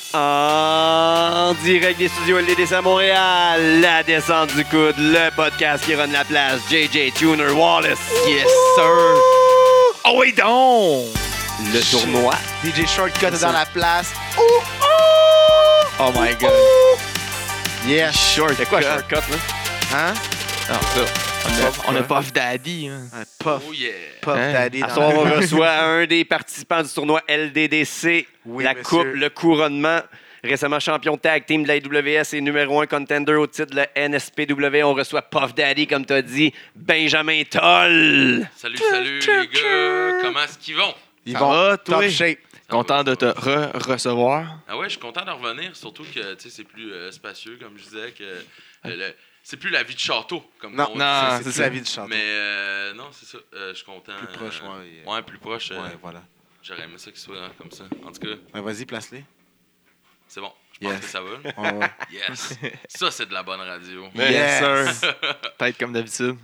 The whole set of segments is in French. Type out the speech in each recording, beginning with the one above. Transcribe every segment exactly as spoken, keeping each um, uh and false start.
En direct des studios L D D C à Montréal, la descente du coude, le podcast qui run la place, J J Tuner Wallace. Yes, sir! Oh oui, donc! Le tournoi. D J Shortcut est dans la place. Oh my god! Yes. Short, C'est quoi Shortcut, là? Hein? Non, ça. On a, on a Puff Daddy. Hein. Un puff. Oh yeah! Puff Hein? Daddy. À dans soir, la- on reçoit un des participants du tournoi L D D C, Oui, la monsieur. coupe, le couronnement. Récemment champion tag team de la W S et numéro un contender au titre de la N S P W. On reçoit Puff Daddy, comme tu as dit, Benjamin Toll. Salut, salut les gars! Comment est-ce qu'ils vont? Ils Ça vont va, top toi? shape. Content de te re-recevoir. Ah ouais, je suis content de revenir, surtout que tu sais, c'est plus euh, spacieux, comme je disais, que euh, le- c'est plus la vie de château, comme Non, on dit. non, c'est- c'est c'est ça. la vie du château. Mais euh, non, c'est ça. euh, je suis content. Plus proche, euh, ouais. Ouais, plus proche. euh, Ouais, voilà. J'aurais aimé ça qu'il soit hein, comme ça. En tout cas, Ouais, vas-y, place-les. c'est bon. Je pense Yes. que ça va. Ouais, ouais. Yes! Ça, c'est de la bonne radio. Yes, Yes. sir. Peut-être comme d'habitude.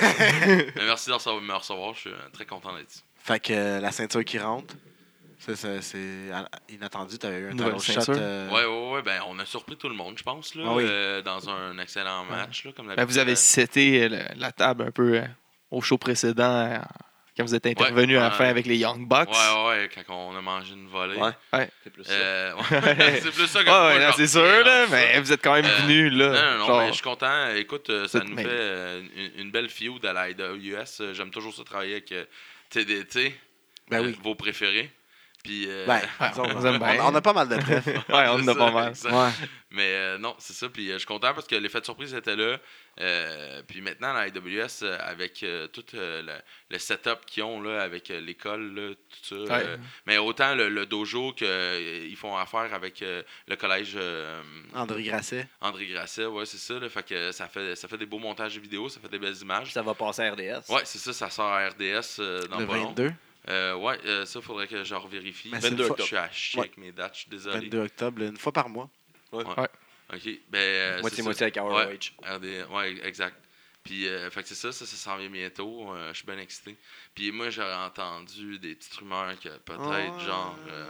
Mais merci de recevoir- me recevoir. Je suis euh, très content d'être ici. Fait que euh, la ceinture qui rentre, ça, ça, c'est inattendu. Tu avais eu un Nouvelle title ceinture. shot. euh, Ouais, ouais, ouais. Ben, on a surpris tout le monde, je pense, là, Ah oui. euh, dans un excellent match. Là, comme Ben, d'habitude. vous avez seté euh, le- la table un peu euh, au show précédent euh, quand vous êtes intervenu à la ouais. fin avec les Young Bucks. Ouais, ouais, ouais, quand on a mangé une volée. Ouais. Ouais. C'est plus ça. Euh, ouais. C'est plus ça que Ouais, moi, ouais, je non, c'est retiens sûr, là, entre ça. mais vous êtes quand même Euh, venus, là. Non, non, non, genre- mais je suis content. Écoute, euh, ça Tout- nous mais- fait euh, une, une belle feud à la I W S. Euh, J'aime toujours ça travailler avec euh, T D T, Ben euh, oui. vos préférés. Puis, euh, Ben, Ouais, disons, on vous aime bien. on, on a pas mal de preuves. Ouais, on en c'est a ça, pas mal. exact. Ouais. Mais euh, non, c'est ça. Puis euh, je suis content parce que l'effet de surprise était là. Euh, puis maintenant, la I W S, euh, avec euh, tout euh, le, le setup qu'ils ont là, avec euh, l'école, là, tout ça. Ouais. euh, mais autant le, le dojo qu'ils font affaire avec euh, le collège euh, André Grasset. André Grasset, ouais, c'est ça. Là, fait que ça fait, ça fait des beaux montages de vidéos, ça fait des belles images. Ça va passer à R D S. Ouais, c'est ça, ça sort à R D S euh, dans Le pas long. vingt-deux. Euh, ouais, euh, ça, faudrait que je revérifie. Mais c'est vingt-deux une fois- Je suis à chier avec mes dates, je suis désolé. vingt-deux octobre, une fois par mois. OK, ben. euh, Moitié-moitié avec Our Ouais. H. R D, ouais, exact. Puis, euh, fait que c'est ça, ça, ça s'en vient bientôt. Euh, je suis bien excité. Puis, moi, j'aurais entendu des petites rumeurs que peut-être, Ah ouais. genre, euh,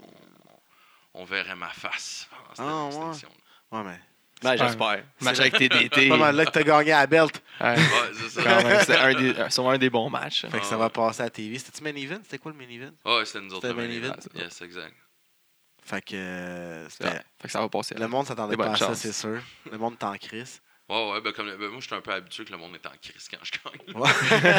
on, on verrait ma face pendant cette Ah manifestation-là. Ouais, mais. Ben, j'espère. Match avec T D T. Pas mal là que t'as gagné à la belt. Ouais, Ouais, c'est ça. quand même, c'est un des, sûrement un des bons matchs. Fait que ça va passer à la T V. C'était-tu main event? C'était quoi le main event? Ouais, c'est nous autres. C'était le main main event. event. Yes, exact. Fait que. euh, Ouais, c'était- fait que ça va passer. Le monde s'attendait Des pas bonnes à ça, chances. c'est sûr. Le monde est en crise. Ouais, ouais, ben, comme, ben, moi, je suis un peu habitué que le monde est en crise quand je gagne. Ouais.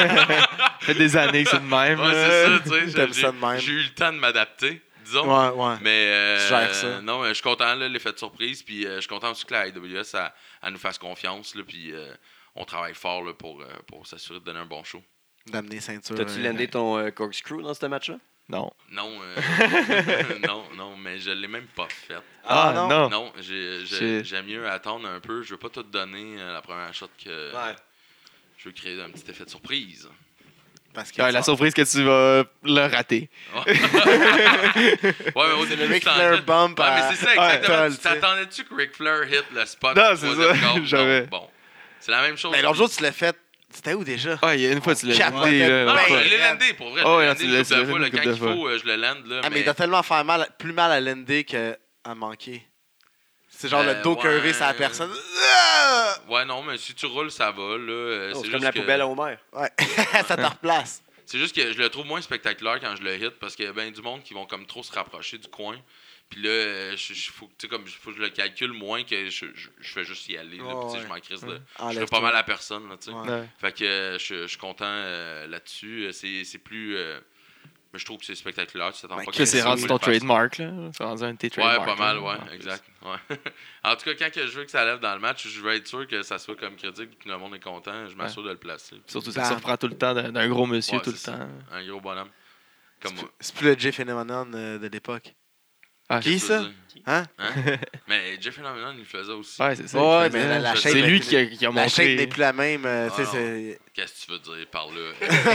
Ça fait des années que c'est de même. Ouais, là. c'est ça, tu sais. T'aimes j'ai- ça de même. J'ai eu le temps de m'adapter, disons. Ouais, ouais. Mais euh, Tu gères ça. non, mais je suis content, là, l'effet de surprise. Puis euh, je suis content aussi que la I W S elle, elle nous fasse confiance. Là, puis euh, on travaille fort là, pour, euh, pour s'assurer de donner un bon show. D'amener ceinture. T'as-tu euh, landé ton euh, corkscrew dans ce match-là? Non. Non, euh, non, non, mais je l'ai même pas fait. Ah, Ah, non. non. Non, j'ai- j'ai- C'est- j'aime mieux attendre un peu. Je veux pas tout donner euh, la première shot que je veux créer un petit effet de surprise. Parce que. Ouais, la surprise que tu vas le rater. Ouais, mais au C'est début, le Ric tu t'en- Flair bump. Ouais, mais à- c'est ça, exactement. Toll, tu tu sais. t'attendais-tu que Ric Flair hit le spot? Non, du c'est troisième ça. corps? J'avais- Non, Bon, c'est la même chose. Mais l'autre jour, tu l'as fait. C'était où déjà? Ouais, il y a une fois, tu l'as Capotait dit. là, bien. Non, l'autre non, fois. je l'ai landé, pour vrai. Oh, je l'ai non, landé tu une l'as- couple tu l'as de fois, fait là, une quand couple il de fois. faut, euh, je le lande. Là, Ah, mais mais il doit tellement faire mal, plus mal à l'N D qu'à manquer. C'est genre Euh, le dos ouais. curvé sur la personne. Ah! Ouais, non, mais si tu roules, ça va. Là. Euh, Oh, c'est juste comme la que- poubelle à Homer. Ouais, ça te replace. C'est juste que je le trouve moins spectaculaire quand je le hit parce qu'il y a bien du monde qui vont comme trop se rapprocher du coin. Puis là, euh, je, je- faut, que- tu sais, comme, faut que je le calcule moins que je, je, je fais juste y aller. Là, Oh, puis, tu sais, ouais. je m'en crisse. Ouais. là. Je fais Enlève-toi. pas mal à personne. Là, tu sais. Ouais. Ouais. Fait que euh, je, je suis content euh, là-dessus. Euh, C'est, c'est plus. euh, mais je trouve que c'est spectaculaire. Tu t'attends Ben, pas Que que c'est ça rendu roule ton le passe. trademark, là. C'est rendu un de tes Ouais, trademarks. pas mal, là. ouais, En plus. exact. Ouais. En tout cas, quand que je veux que ça lève dans le match, je veux être sûr que ça soit comme critique et que le monde est content. Je m'assure de le placer. Surtout, ça Bam. surprend tout le temps d'un d'un gros monsieur Ouais, tout le c'est ça. temps. Un gros bonhomme. Comme C'est moi. plus- C'est plus le J Phenomenon euh, de l'époque. Ah, Qui Je ça? veux dire. Hein? Hein? Mais Jeff Phenomenon, il le faisait aussi. Ouais, c'est ça. Ouais, il mais faisait. la, la C'est shape C'est est lui plus- qui a, qui a La shape montré. n'est plus la même. euh, tu sais, Ah, c'est- Qu'est-ce que tu veux dire par là?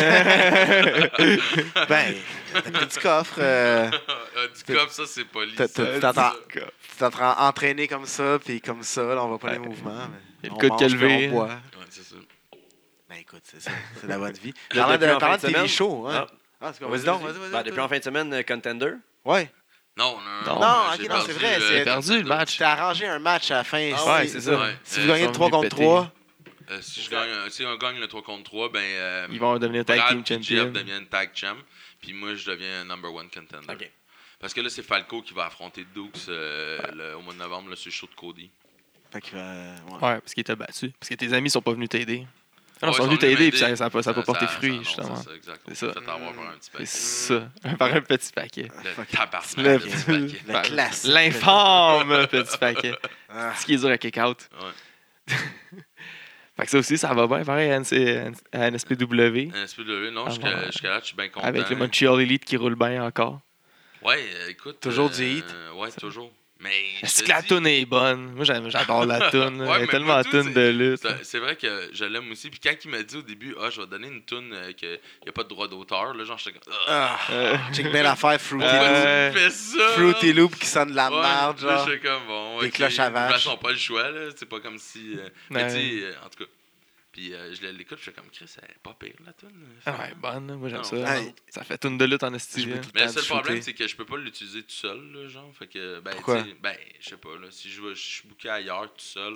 Ben, t'as pris du coffre. euh, Ah, du cop, ça, c'est poli. t'as- ça. t'as- tu t'entends- tu t'entends entraîner comme ça, puis comme ça, là, on voit pas les Ouais. mouvements. Il y a Mais le on coude mange, qui est puis levé. on boit. Ouais, c'est ça. Ben écoute, c'est ça. C'est la bonne vie. Là, Parlant depuis de, en parlant fin de de T V semaine. show, hein? Ah. Ah, c'est quoi? Vas-y Vas-y donc, donc, vas-y, vas-y. Ben, depuis en fin de semaine, euh, Contender. Ouais. Non, non, non. Non, Non, j'ai ok, non, c'est perdu, vrai, euh, c'est- J'ai perdu le match. Tu t'es arrangé un match à la fin. Ah si- ouais, c'est ça. Ouais. Si Euh, vous gagnez ils trois sont contre venus trois, Euh, si, je gagne, un- si on gagne le trois contre trois, ben. Euh, Ils vont devenir tag Brad team puis champion. Jeff deviennent tag champ. Puis moi, je deviens un number one contender. OK. Parce que là, c'est Falco qui va affronter Dukes euh, le- au mois de novembre, là, sur le show de Cody. fait qu'il va- ouais. Ouais, parce qu'il t'a battu. Parce que tes amis sont pas venus t'aider. Ah non, Ouais, ils sont venus t'aider, m'aider. puis ça n'a pas, ça a pas Euh, porté ça- fruit, non, justement. C'est ça, exact. On C'est s'est ça. fait avoir par un petit C'est paquet. ça. Par un petit paquet. Le tabarnak Le- de petit paquet. Le Par- classique. L'infâme petit paquet. Ah, Ce qui est dur à kick-out. Ouais. Fait que ça aussi, ça va bien, pareil, à N C à N S P W. Un S P W, non, Ah, jusqu'à ouais. jusqu'à là, je suis bien content. Avec le Montreal Elite qui roule bien encore. Ouais, euh, écoute. Toujours euh, du heat. Ouais, toujours. Mais. je Est-ce te que la dis- toune est bonne? Moi, j'aime- j'adore la toune. Ouais, Elle est mais tellement moi, la tout, toune c'est- de lutte. C'est c'est vrai que je l'aime aussi. Puis quand il m'a dit au début, ah, je vais donner une tune euh, qu'il n'y a pas de droit d'auteur, là, genre, j'étais comme. Ah, ah, Euh, check bien l'affaire Fruity pourquoi Loop. Euh, tu me fais ça? Fruity Loop qui sonne de la Ouais, merde, là, genre. j'étais comme, bon, Des ok. cloches à De toute vache. façon, pas le choix, là. C'est pas comme si. euh, mais Ouais. tu sais, euh, en tout cas. Puis euh, je l'écoute, je fais comme Chris, elle est pas pire, la tune. Ah ouais, bonne, moi j'aime Non, ça. ouais. Ça fait toune de lutte en esti. Je là. me tout Mais le le temps seul de problème, shooter. c'est que je peux pas l'utiliser tout seul, là, genre. Fait que, ben, Pourquoi? tu sais, ben, je sais pas, là. Si je, vais- je suis booké ailleurs tout seul,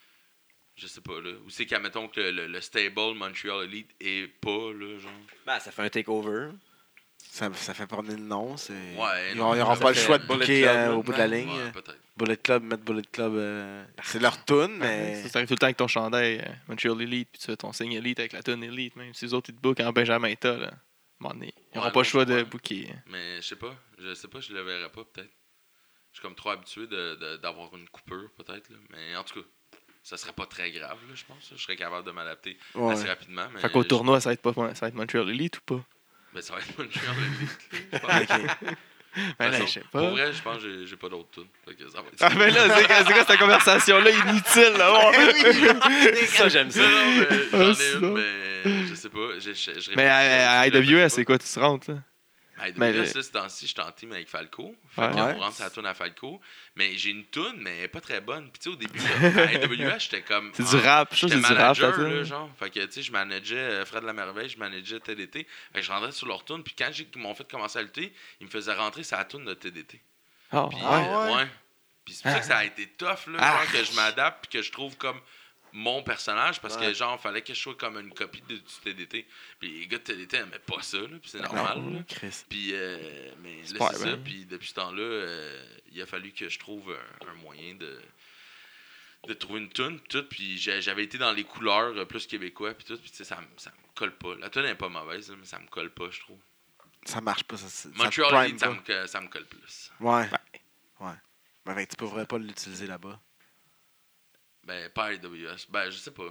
je sais pas, là. Ou c'est qu'admettons que le, le, le stable Montreal Elite est pas, là, genre. Ben, ça fait un takeover. Ça, ça fait pas le nom. c'est- Ouais, Ils non, n'auront ça pas le fait choix de Bullet booker Club, euh, là. au bout de la Ouais, ligne. peut-être. Bullet Club, mettre Bullet Club. euh, C'est leur tune, mais. Ça t'arrive tout le temps avec ton chandail euh, Montreal Elite, puis tu fais ton signe Elite avec la toune Elite, même si les autres ils te bookent en Benjamin Ta, là. À un moment donné, ils n'auront Ouais, pas le non, choix je de comprends. booker. Mais je sais pas, je sais pas, je le verrai pas, peut-être. Je suis comme trop habitué de- de- d'avoir une coupure, peut-être, là. Mais en tout cas, ça serait pas très grave, là, je pense. Je serais capable de m'adapter Ouais. assez rapidement. Mais Fait qu'au je- tournoi, ça va être, pas, ça va être Montreal Elite ou pas? Ben, ça va être Montreal Elite. là, je pense. Ok. Ben De là, toute je sais façon, pas. Pour vrai, je pense que j'ai- j'ai pas d'autres tunes. Fait que ça va être Ah ben là, c'est c'est quoi cette conversation-là inutile, là? bon? Ça, j'aime ça. Non, non, mais Ah, j'en ai ça. une, mais je sais pas. Je, je, je réfléchis, Mais à, à je réfléchis I W S, pas. c'est quoi, tu te rentres, là? À I W S, Mais le- là, ces temps-ci, je suis en team avec Falco. Fait Ouais. que Ouais. on rentre sa tune à Falco. Mais j'ai une tune, mais elle est pas très bonne. Puis tu sais, au début, là, à I W S, j'étais comme. C'est du ah, rap, je trouve que J'étais c'est du rap, manager, ça. là, genre. Fait que, tu sais, je manageais euh, Fred la Merveille, je manageais T D T. Fait que je rentrais sur leur tune. Puis quand j'ai- ils m'ont fait commencer à lutter, ils me faisaient rentrer sa tune de T D T. Ah, Puis, ouais. Ah euh, ouais? ouais. Puis c'est pour ça que ça a été tough, là, Ah. genre, que je m'adapte puis que je trouve comme mon personnage parce que, Ouais. genre, fallait que je sois comme une copie de, du T D T. Puis les gars de T D T aimaient pas ça, là, puis c'est normal, là. Non, Chris. Puis, euh, mais C'est là, pas c'est ça. vrai. Puis depuis ce temps-là, euh, il a fallu que je trouve un, un moyen de, de trouver une tune, tout. Puis j'ai- j'avais été dans les couleurs euh, plus québécois, puis tout. Puis tu sais, ça, me- ça me colle pas. La tune n'est pas mauvaise, là, mais ça me colle pas, je trouve. Ça marche pas. Ça, ça, ça Montreal prime Elite, ça pas. me, ça me colle plus. Ouais. Ouais. Ben, fait que tu pourrais pas l'utiliser là-bas. Ben, pas à I W S. Ben, je sais pas.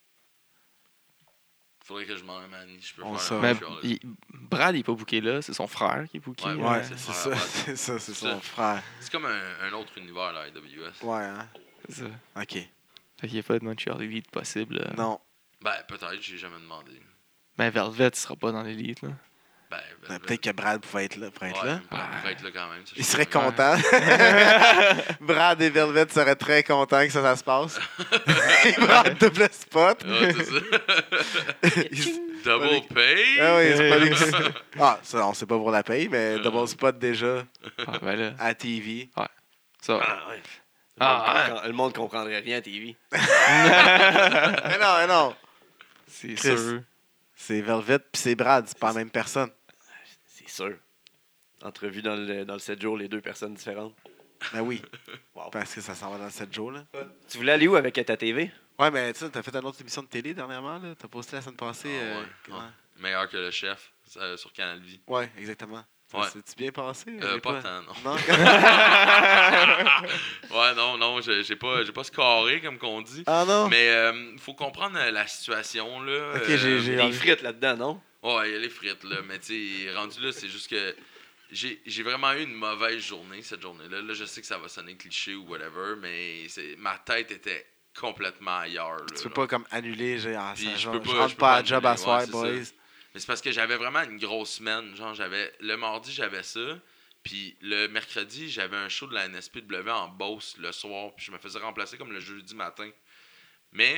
Faudrait que je m'en aille, je peux On faire sait. un Mais Montreal il- Brad, il est pas booké là, c'est son frère qui est booké. Ouais, euh, Ouais, c'est c'est frère, ça. ouais. C'est ça, c'est Ça. son frère. C'est comme un, un autre univers, là, I W S. Ouais, hein. c'est ça. Ok. Fait qu'il n'y a pas de Montreal Elite possible. là. Non. Ben, peut-être, j'ai jamais demandé. Mais Velvet, il sera pas dans l'élite, là. Ben, Ben, ben, Peut-être que Brad pouvait être là. Pourrait être ouais, là. Brad pourrait être là quand même. ça, Il je serait sais pas. content. Brad et Velvet seraient très contents que ça, ça se passe. Brad double spot. Ouais, c'est ça. Il- Double pay. Ah oui, c'est pas lui qui- Ah, ça, on sait pas pour la paye, mais Euh. double spot déjà Ah, ben là. à T V. Ça. Ah, ouais. Ah, le, monde, le monde comprendrait rien à T V. Mais non, mais non. C'est Chris. sûr. C'est Velvet puis c'est Brad, c'est pas la même personne. C'est sûr. Entrevue dans le, dans le sept jours, les deux personnes différentes. Ben oui, Wow. parce que ça s'en va dans sept jours, là. Tu voulais aller où avec ta T V? Ouais, mais tu sais, t'as fait une autre émission de télé dernièrement, là. T'as posté la semaine passée. Ah, euh, ouais. comment- Ouais. Meilleur que le chef euh, sur Canal Vie. Ouais, exactement. Ça Ouais. s'est-tu bien passé? Euh, J'ai pas tant, non. Non? Ouais, non, non, j'ai j'ai pas, j'ai pas scoré, comme qu'on dit. ah non? Mais euh, faut comprendre euh, la situation, là. Ok, Euh, j'ai- Il j'ai- y a des frites là-dedans, non? Ouais, il y a les frites, là. Mais tu sais, rendu là, c'est juste que j'ai j'ai vraiment eu une mauvaise journée, cette journée-là. Là, je sais que ça va sonner cliché ou whatever, mais c'est ma tête était complètement ailleurs, là. Tu peux genre. pas comme annuler, genre, ah, Puis ça, je genre, peux pas- je je rentre peux pas pas à job à annuler, soir, ouais, c'est boys. ça. Mais c'est parce que j'avais vraiment une grosse semaine. Genre, j'avais le mardi, j'avais ça. Puis le mercredi, j'avais un show de la N S P W en Beauce le soir. Puis je me faisais remplacer comme le jeudi matin. Mais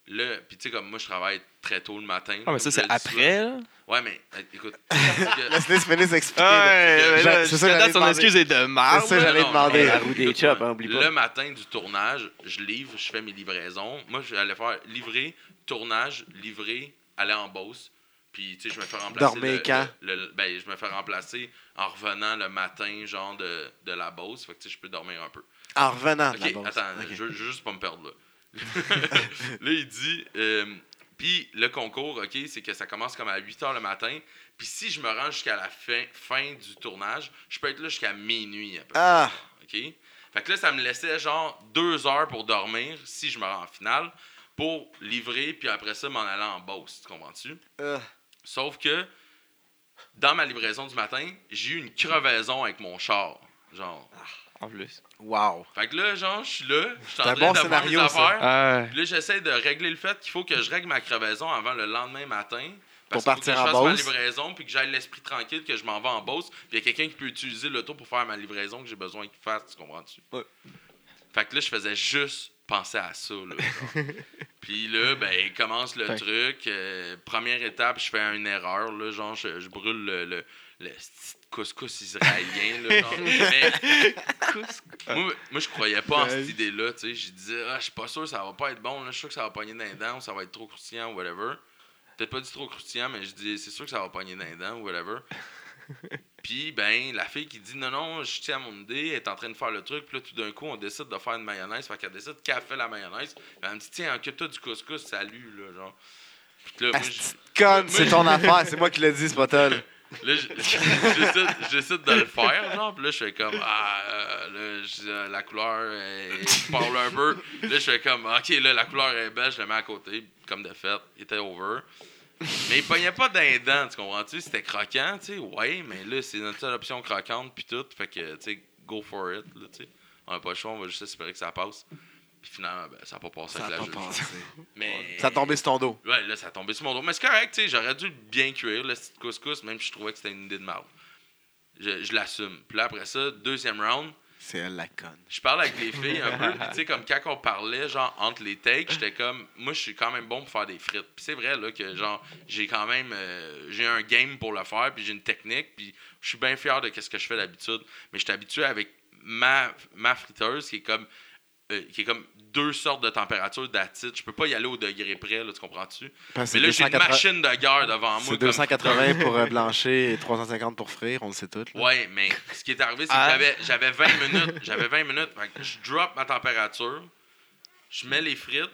là, puis tu sais, comme moi, je travaille très tôt le matin. Ah, mais ça, c'est je le dis après, là. souvent. Ouais, mais euh, écoute. c'est que- Laisse-les se finir s'expliquer. Ouais, là. ouais, J'a- là, c'est ça jusqu'à que date, j'allais son demander. excuse est de marde. C'est ça que là. j'allais Non, demander. Hey, là. la roue des Écoute-moi, chops, hein, oublie pas. Le matin du tournage, je livre, je fais mes livraisons. Moi, j'allais faire livrer, tournage, livrer, aller en Beauce. Puis, tu sais, je me fais remplacer. Dormir le- quand? le- le- ben, je me fais remplacer en revenant le matin, genre de, de la Beauce. Fait que, tu sais, je peux dormir un peu. En revenant de Ok, la Beauce. attends, Ok. je, je veux juste pas me perdre là. Là, il dit. euh, Puis le concours, OK, c'est que ça commence comme à huit heures le matin. Puis si je me rends jusqu'à la fin, fin du tournage, je peux être là jusqu'à minuit à peu près. Ah! OK? Fait que là, ça me laissait genre deux heures pour dormir si je me rends en finale pour livrer, puis après ça, m'en aller en Beauce. Tu comprends-tu? Ah. Sauf que dans ma livraison du matin, j'ai eu une crevaison avec mon char. Genre. En plus. Wow. Fait que là, genre, je suis là, je suis C'est en un train bon de faire mes scénario, ça. affaires. Ah, Puis là, j'essaie de régler le fait qu'il faut que je règle ma crevaison avant le lendemain matin. Parce Pour qu'il faut partir que en je fasse ma Beauce. livraison, puis que j'aille l'esprit tranquille, que je m'en vais en Beauce. Puis il y a quelqu'un qui peut utiliser l'auto pour faire ma livraison que j'ai besoin qu'il fasse, tu comprends-tu? Ouais. Fait que là, je faisais juste penser à ça, là. genre. Puis là, ben, il commence le Fait- truc. euh, première étape, je fais une erreur, là. Genre, je, je brûle le, le, le petit couscous israélien, là. Genre. Mais moi, moi, je croyais pas en cette idée-là, tu sais. Je disais, ah, je suis pas sûr, ça va pas être bon, là. Je suis sûr que ça va pogner dans les dents, ou ça va être trop croustillant, ou whatever. Peut-être pas dit trop croustillant, mais je dis, c'est sûr que ça va pogner dans les dents, ou whatever. Puis, ben, la fille qui dit, non, non, je tiens à mon idée, elle est en train de faire le truc. Puis là, tout d'un coup, on décide de faire une mayonnaise. Fait qu'elle décide qu'elle fait la mayonnaise. Puis elle me dit, tiens, occupe-toi du couscous, salut, là, genre. Puis là, moi, Asti je- de conne, moi, c'est je- ton affaire. C'est moi qui l'ai dit, c'est pas toi. là. Là, je- j'essaie, j'essaie de le faire, genre, puis là, je fais comme, ah, euh, là, je- euh, la couleur, elle parle un peu. Là, je fais comme, ok, là, la couleur est belle, je la mets à côté, comme de fait, il était over. Mais il pognait pas dans les dents, tu comprends-tu? C'était croquant, tu sais, ouais, mais là, c'est notre seule option croquante, puis tout, fait que, tu sais, go for it, là, tu sais. On n'a pas le choix, on va juste espérer que ça passe. Puis finalement, ben, ça n'a pas passé Ça a avec pas la juge. passé. Mais... Ça a tombé sur ton dos. Ouais, là, ça a tombé sur mon dos. Mais c'est correct, tu sais, j'aurais dû bien cuire, le petit couscous, même si je trouvais que c'était une idée de marde. Je, je l'assume. Puis là, après ça, deuxième round, C'est elle la conne. je parle avec les filles un peu. Puis tu sais, comme quand on parlait, genre, entre les takes, j'étais comme, moi, je suis quand même bon pour faire des frites. Puis c'est vrai, là, que genre, j'ai quand même, euh, j'ai un game pour le faire, puis j'ai une technique, puis je suis bien fier de ce que je fais d'habitude. Mais je suis habitué avec ma, ma friteuse, qui est comme, euh, qui est comme deux sortes de température d'attitude. Je peux pas y aller au degré près, là, tu comprends-tu? Parce que Mais là, j'ai une deux cent quatre-vingts machine de guerre devant moi. C'est comme deux cent quatre-vingts friteuse. pour euh, blancher et trois cent cinquante pour frire, on le sait tout. là. Ouais, mais ce qui est arrivé, c'est Ah. que j'avais, j'avais vingt minutes. J'avais vingt minutes. Fait que je drop ma température. Je mets les frites.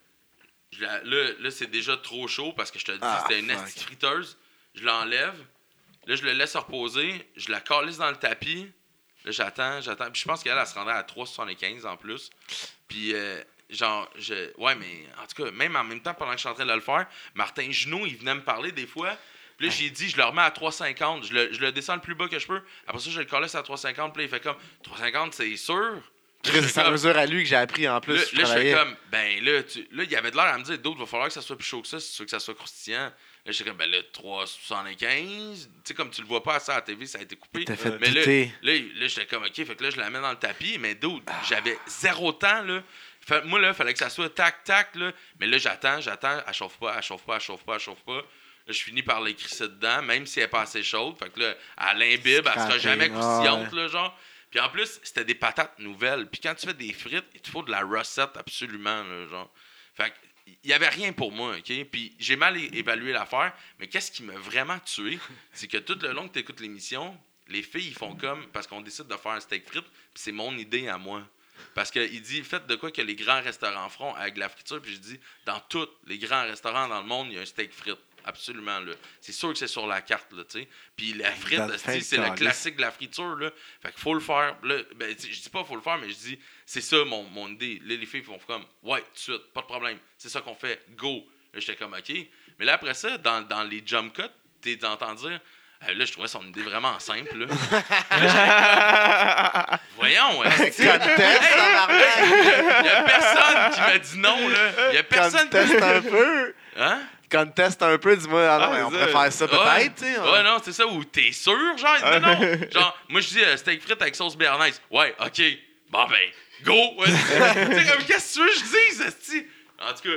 Je la- là, là, c'est déjà trop chaud parce que je te dis, Ah, c'était une fuck. petite friteuse. Je l'enlève. Là, je le laisse reposer. Je la calisse dans le tapis. Là, j'attends, j'attends. Puis je pense qu'elle, elle se rendait à trois soixante-quinze en plus. Puis, euh, genre, je... ouais, mais en tout cas, même en même temps, pendant que je suis en train de le faire, Martin Junot, il venait me parler des fois. Puis là, j'ai dit, je le remets à trois cinquante. Je le, je le descends le plus bas que je peux. Après ça, je le calisse à trois cinquante. Puis là, il fait comme, trois cinquante, c'est sûr? Chris, Là, c'est je sa fais comme- mesure à lui que j'ai appris en plus. Là, je là, je fais travaillais. comme, ben là, tu... là, il y avait de l'air à me dire, d'autres, il va falloir que ça soit plus chaud que ça si tu veux que ça soit croustillant. Là, j'étais comme, ben là, trois soixante-quinze. Tu sais, comme tu le vois pas assez à la T V, ça a été coupé. T'as fait Mais là, douter. là, là j'étais comme, OK, fait que là, je la mets dans le tapis, mais dude, j'avais zéro temps, là. Fait- moi, là, il fallait que ça soit tac-tac, là. Mais là, j'attends, j'attends, elle chauffe pas, elle chauffe pas, elle chauffe pas, elle chauffe pas. Là, je finis par l'écrisser dedans, même si elle est pas assez chaude. Fait que là, elle l'imbibe, elle sera Scrappé. jamais croustillante, Ah là, genre. Puis en plus, c'était des patates nouvelles. Puis quand tu fais des frites, il te faut de la recette absolument, là, genre. Fait que, il n'y avait rien pour moi, OK? Puis j'ai mal é- évalué l'affaire, mais qu'est-ce qui m'a vraiment tué, c'est que tout le long que tu écoutes l'émission, les filles, ils font comme, parce qu'on décide de faire un steak frites, puis c'est mon idée à moi. Parce qu'il dit, faites de quoi que les grands restaurants feront avec de la friture, puis je dis, dans tous les grands restaurants dans le monde, il y a un steak frites. Absolument, là. C'est sûr que c'est sur la carte, là, tu sais. Puis la frite, Dans le esti, fin c'est le calice. classique de la friture, là. Fait qu'il faut le faire. Là, ben, tu sais, je dis pas faut le faire, mais je dis, c'est ça mon, mon idée. Là, les filles font comme, ouais, tout de suite, pas de problème. C'est ça qu'on fait, go. Là, j'étais comme, OK. Mais là, après ça, dans, dans les jump cuts, tu t'entends dire, euh, là, je trouvais son idée vraiment simple, là. Là, j'étais comme, voyons, esti. Conteste, tabarnak! Il y a personne qui m'a dit non, là. Il y a personne qui Conteste un peu. Hein? Conteste un peu, dis-moi, ah non, Ah, mais on c'est pourrait ça. faire ça Ouais. peut-être, tu sais. Ouais, non, c'est ça, où t'es sûr, genre, non, non. Genre, moi, je dis euh, steak frites avec sauce béarnaise. Ouais, OK. Bon, ben, go. Ouais, tu sais, comme, qu'est-ce que tu veux que je dise, esti? En tout cas,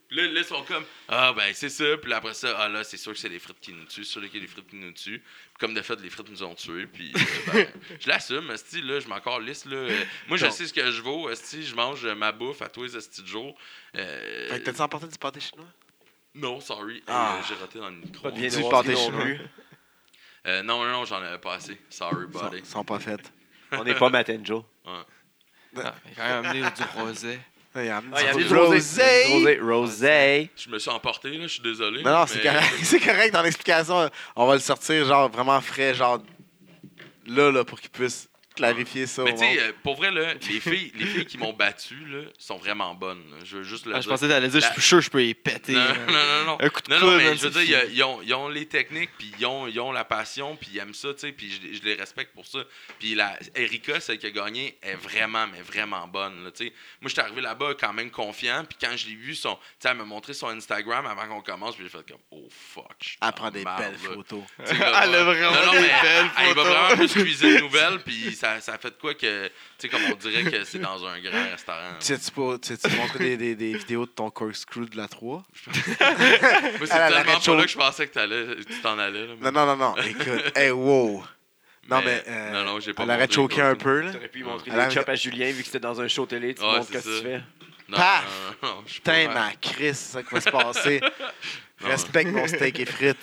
Puis là, là, ils sont comme, ah, ben, c'est ça. Puis là, après ça, ah, là, c'est sûr que c'est les frites qui nous tuent. C'est sûr qu'il y a les frites qui nous tuent. Puis comme de fait, les frites nous ont tués. Puis, euh, ben, je l'assume, esti, là, je m'en encore lisse, là. Euh, moi, je Non. sais ce que je vaux, esti, je mange euh, ma bouffe à tous les esti de jours. Euh, Fait que t'as-tu emporté du pâté chinois? non, sorry. Ah. Euh, j'ai raté dans le micro. Pas de bien Du noir pâté non chinois. plus. Euh, non, non, non, j'en avais pas assez. Sorry, Ils sont, buddy. ils sont pas faites. On n'est pas Matenjo. Ouais. Ah, il a quand même amené du rosé. Il y a Ah, il y a du du rosé. rosé. Rosé. Je me suis emporté, là, je suis désolé. Non, non, c'est mais- correct. C'est correct dans l'explication. On va le sortir, genre, vraiment frais, genre, là, là, pour qu'ils puissent clarifier ça. Mais au tu sais, monde. euh, pour vrai, là, les filles, les filles qui m'ont battu là, sont vraiment bonnes. là. Je veux juste le Ah, je dire. pensais que t'allais dire, je La- suis sûr que je peux les péter. Non, là. non, non, non. Un coup de Non, coude, non, mais man, je veux c'est dire, fini. ils, ils ont, ils ont les techniques, puis ils ont, ils ont la passion, puis ils aiment ça, tu sais, puis je, je les respecte pour ça. Puis la Erika, celle qui a gagné, est vraiment, mais vraiment bonne, là, tu sais. Moi, j'étais arrivé là-bas quand même confiant, puis quand je l'ai vu, son, tu sais, elle m'a montré son Instagram avant qu'on commence, puis j'ai fait comme, oh fuck. je suis Elle dans prend des marde, belles là. photos. Tu sais, là, Elle a vraiment non, non, des mais belles elle- Elle va photos. vraiment plus cuisine nouvelle, puis ça, ça fait de quoi que, tu sais, comme on dirait que c'est dans un grand restaurant. Tu sais-tu pas- tu sais-tu montrer des, des, des vidéos de ton corkscrew de la trois? Moi, c'est Elle, elle tellement arrête pas chaud. là que je pensais que t'allais- tu t'en allais. Là, mais- Non, non, non, non. Écoute, hey, wow. Non, mais, euh, non, non, j'ai pas elle aurait montré choqué les un photos. peu, là. T'aurais pu lui montrer Elle des a- chops à Julien vu que c'était dans un show télé. Tu Ouais, montres c'est ce que tu ça. fais. Non, Paf! non, non, je suis pas- Putain, ma Chris, c'est ça qui va se passer. Non. Respecte mon steak et frites.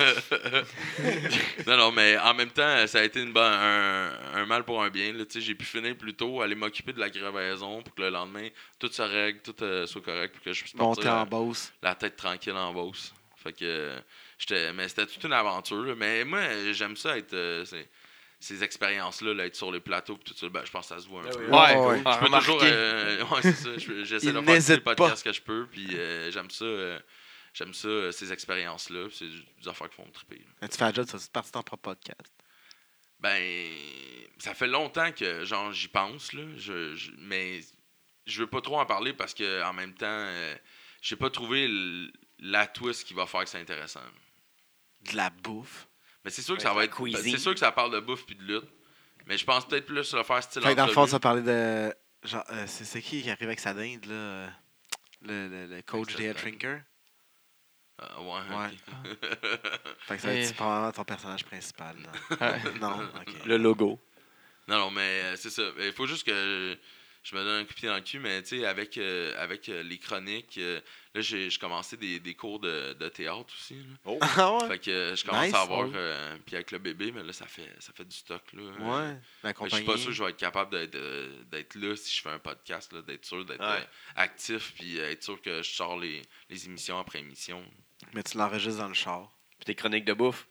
non, non, mais en même temps, ça a été une bonne, un, un mal pour un bien. Là. Tu sais, j'ai pu finir plus tôt, aller m'occuper de la crevaison pour que le lendemain, tout se règle, tout euh, soit correct, pour que je puisse Monter partir en la, bosse. la tête tranquille en Beauce. Fait que, euh, j'étais, mais c'était toute une aventure. là. Mais moi, j'aime ça être... euh, c'est- ces expériences-là, là, être sur les plateaux, pis tout ça, ben, je pense que ça se voit un Ah peu. oui. Ouais, Ouais. ah, Je peux remarqué. toujours. euh, ouais, c'est ça. je- J'essaie Il de faire tous les n'hésite pas. podcasts que je peux, puis euh, j'aime ça. euh, j'aime ça, euh, ces expériences-là. puis C'est des affaires qui font me triper. là. Mais tu fais la job, tu vas partir ton propre podcast. Ben, ça fait longtemps que genre j'y pense, là. Je, je- mais je veux pas trop en parler parce que en même temps, euh, j'ai pas trouvé l- la twist qui va faire que c'est intéressant. De la bouffe. Mais c'est sûr que Ouais, ça va la être. cuisine. C'est sûr que ça parle de bouffe puis de lutte. Mais je pense peut-être plus le faire style Fait que dans le fond, entrevue. ça parlait de. Genre, euh, c'est c'est qui qui arrive avec sa dinde, là? euh, Le, le, le coach Avec des sa Head dinde. Shrinker. Ah, ouais, Ouais. ok. Fait que ça va Et- être probablement ton personnage principal. Non, Ouais. non ok. Le logo. Non, non, mais euh, c'est ça. Il faut juste que je me donne un coup de pied dans le cul, mais tu sais, avec, euh, avec euh, les chroniques, euh, là, j'ai j'ai commencé des, des cours de, de théâtre aussi. Là. Oh. Ah ouais? Fait que euh, je commence Nice, à avoir. ouais. euh, puis avec le bébé, mais là, ça fait, ça fait du stock. Là. Ouais, la Fait que je compagnie. suis pas sûr que je vais être capable d'être euh, d'être là si je fais un podcast, là, d'être sûr d'être Ouais. euh, actif, puis euh, être sûr que je sors les, les émissions après émission. Mais tu l'enregistres dans le char. Puis tes chroniques de bouffe.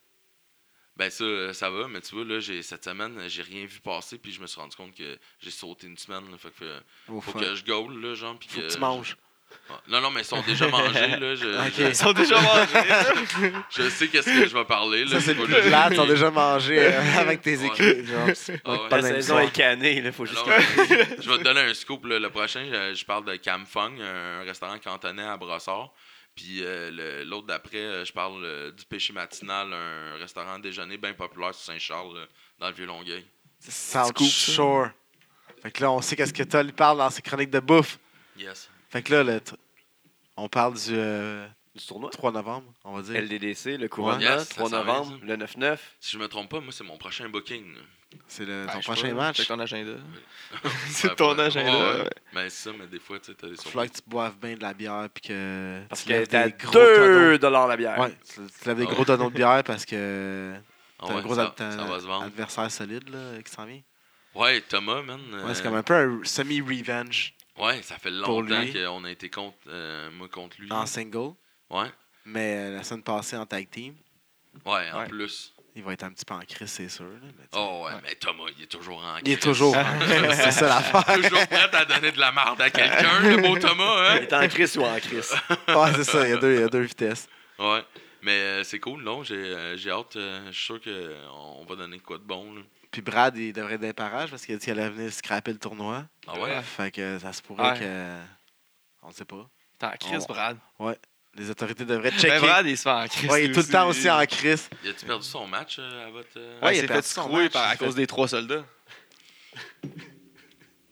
Ben ça, euh, ça va, mais tu vois, là, j'ai, cette semaine, j'ai rien vu passer, puis je me suis rendu compte que j'ai sauté une semaine. Là, fait que euh, Au faut fun. que je gaule, là, genre. Puis Faut que que tu manges. Ouais. Non, non, mais ils sont déjà mangés, là. Je, Ok. je, Ils sont déjà mangés. je sais qu'est-ce que je vais parler, là. Ça, c'est le Faut plus juste- plate. Ils ont déjà mangé euh, avec tes Ouais. écrits. Genre, c'est Ah ouais. pas La le même saison soir. est cannée. Il faut juste Alors, que- je vais te donner un scoop. Là. Le prochain, je, je parle de Cam Fung, un restaurant cantonais à Brossard. Puis euh, le- l'autre d'après, euh, je parle euh, du Péché Matinal, un restaurant déjeuner bien populaire sur Saint-Charles, là, dans le Vieux-Longueuil. South Scoop, ça. Shore. Fait que là, on sait qu'est-ce que Toll parle dans ses chroniques de bouffe. Yes. Fait que là, le tr- on parle du euh, Du tournoi. trois novembre, on va dire. L D D C, le couronnement, Yes, ça trois s'en vient, novembre, ça. le neuf neuf. Si je me trompe pas, moi, c'est mon prochain booking. là. C'est le, Ben, ton je sais prochain pas, match. check ton agenda. Ouais, C'est ton faut- agenda. ouais, ouais. Ben, c'est ça, mais des fois, tu sais, t'as des Il faudrait surprises. que tu boives bien de la bière puis que Parce tu que lèves t'as des gros deux dollars la bière. tonneaux. Ouais, tu, tu lèves des Ah gros tonneaux de bière parce que Ah t'as un ouais, gros ça, ad- t'as ça va se un vendre. adversaire solide là, qui s'en vient. Ouais, Thomas, man. Ouais, euh, c'est comme un peu un semi-revenge Ouais, ça fait pour longtemps lui. qu'on a été contre, euh, moi contre lui. en single, Ouais, mais euh, la semaine passée en tag team, ouais, en Ouais. plus. il va être un petit peu en crise, c'est sûr. là, mais tu sais. Oh ouais, mais Thomas, il est toujours en Il est crise. toujours en crise, c'est ça l'affaire. toujours prêt à donner de la marde à quelqu'un, le beau Thomas, Il hein? est en crise ou en crise. Ouais, c'est ça, il y a deux, il y a deux vitesses. Ouais, mais euh, c'est cool, non? J'ai, euh, j'ai hâte. euh, je suis sûr qu'on va donner quoi de bon, là. Puis Brad, il devrait être dans les parages parce qu'il a dit qu'il allait venir scraper le tournoi. Ah ouais? Fait que ça se pourrait Ouais. que. On ne sait pas. T'es en crise, On- Brad. Les autorités devraient Ben, checker. Brad, il se fait en crise. Ouais, il est lui tout le temps aussi en crise. Il a-tu perdu son match euh, à votre. euh? Ouais, Ouais, il il s'est a fait perdu son secouer match, par- il à s'est cause fait- des trois soldats.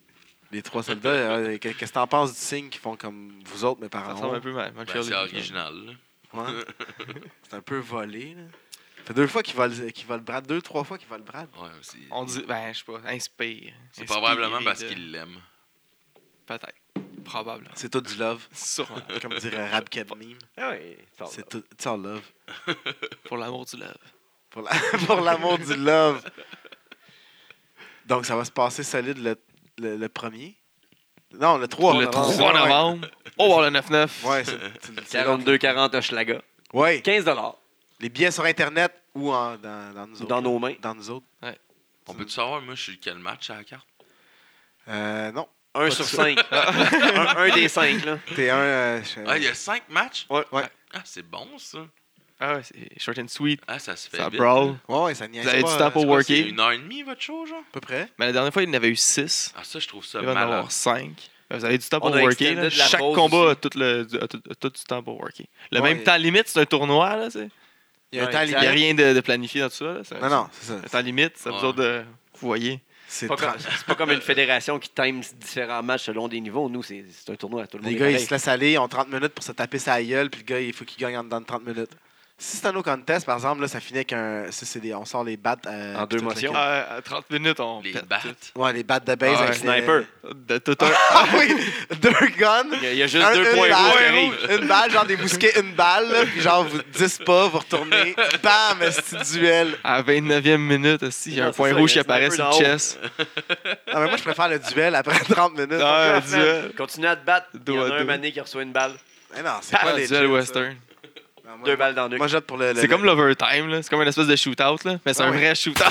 Les trois soldats, euh, qu'est-ce que t'en penses du signe qu'ils font comme vous autres, mes Ça parents? ressemble un peu à Ben, Montreal. c'est original. là. Ouais. C'est un peu volé, là. Ça fait deux fois qu'il vole, qu'il vole Brad, deux, trois fois qu'il vole Brad. Ouais, c'est On dit, ben, je sais pas, inspire. c'est Inspiré probablement parce de- qu'il l'aime. Peut-être. Probablement. C'est tout du love. Sûrement. Comme dirait Rabket Meme. Ah oui, ça C'est tout, it's all love. Pour l'amour du love. Pour la- pour l'amour du love. Donc, ça va se passer solide le, le, le premier. Non, le trois. Le novembre. trois Ouais. novembre. On va voir le neuf neuf. Ouais, c'est, c'est, c'est quarante-deux quarante Hochelaga. Ouais. quinze dollars Les billets sur Internet ou en, dans, dans nous autres. dans nos mains. Dans nous autres. On peut-tu savoir, moi, je suis quel match à la carte? Euh, non. un sur cinq. un, un des cinq, là. T'es un. Euh, je- Ah, il y a cinq matchs? Ouais. Ouais. Ah, c'est bon, ça. Ah ouais, c'est short and sweet. Ah, ça se fait Ça vite. brawl. Ouais, ouais, ça niaise Vous avez pas, du temps euh, pour c'est quoi, worker. C'est une heure et demie, votre show, genre? À peu près. Mais la dernière fois, il en avait eu six. Ah, ça, je trouve ça Il va en malade. avoir cinq. Vous avez du temps On pour a worker. extended là. la Chaque pause combat aussi. a tout, le, a tout, a tout du temps pour worker. Le Ouais. même temps limite, c'est un tournoi. Là, c'est- Il y a un Ouais, temps exact. il n'y a limite. rien de, de planifié dans tout ça. Là. C'est un- Non, non, c'est ça. Un temps limite, c'est à vous Ouais. autres de. Vous voyez. C'est Pas tra- comme- C'est pas comme une fédération qui time différents matchs selon des niveaux. Nous, c'est c'est un tournoi. Tout le monde Les est gars, ils pareil. se laissent aller, ils ont trente minutes pour se taper sa gueule, puis le gars, il faut qu'il gagne en dedans de trente minutes. Si c'est un no contest, par exemple, là, ça finit qu'un. ça, c'est des- On sort les battes. euh, En deux puis toute la motions. kit. Ah, à trente minutes, on Les pète battes. Ouais, les battes de base Ah, avec ouais, sniper. tout. De tout un. Ah oui! Deux guns! Il y a, il y a juste Un- deux une points rouges qui balle, arrivent. une balle, genre des mousquets, une balle, là, puis genre vous dix pas, vous retournez, bam, petit duel. À la vingt-neuvième minute aussi, il y a Non, un c'est point ça, rouge il y qui a un apparaît sur le sniper chest. Non, mais moi, je préfère le duel après trente minutes. Ah, un Man, duel. Continue à te battre. Il y Dos en à a un dos. mané qui reçoit une balle. Mais non, c'est pas Ah, les duel western. Deux balles dans le Moi, je jette pour le. le- C'est comme l'overtime, là. C'est comme une espèce de shootout, là. Mais c'est Ah un oui. vrai shootout.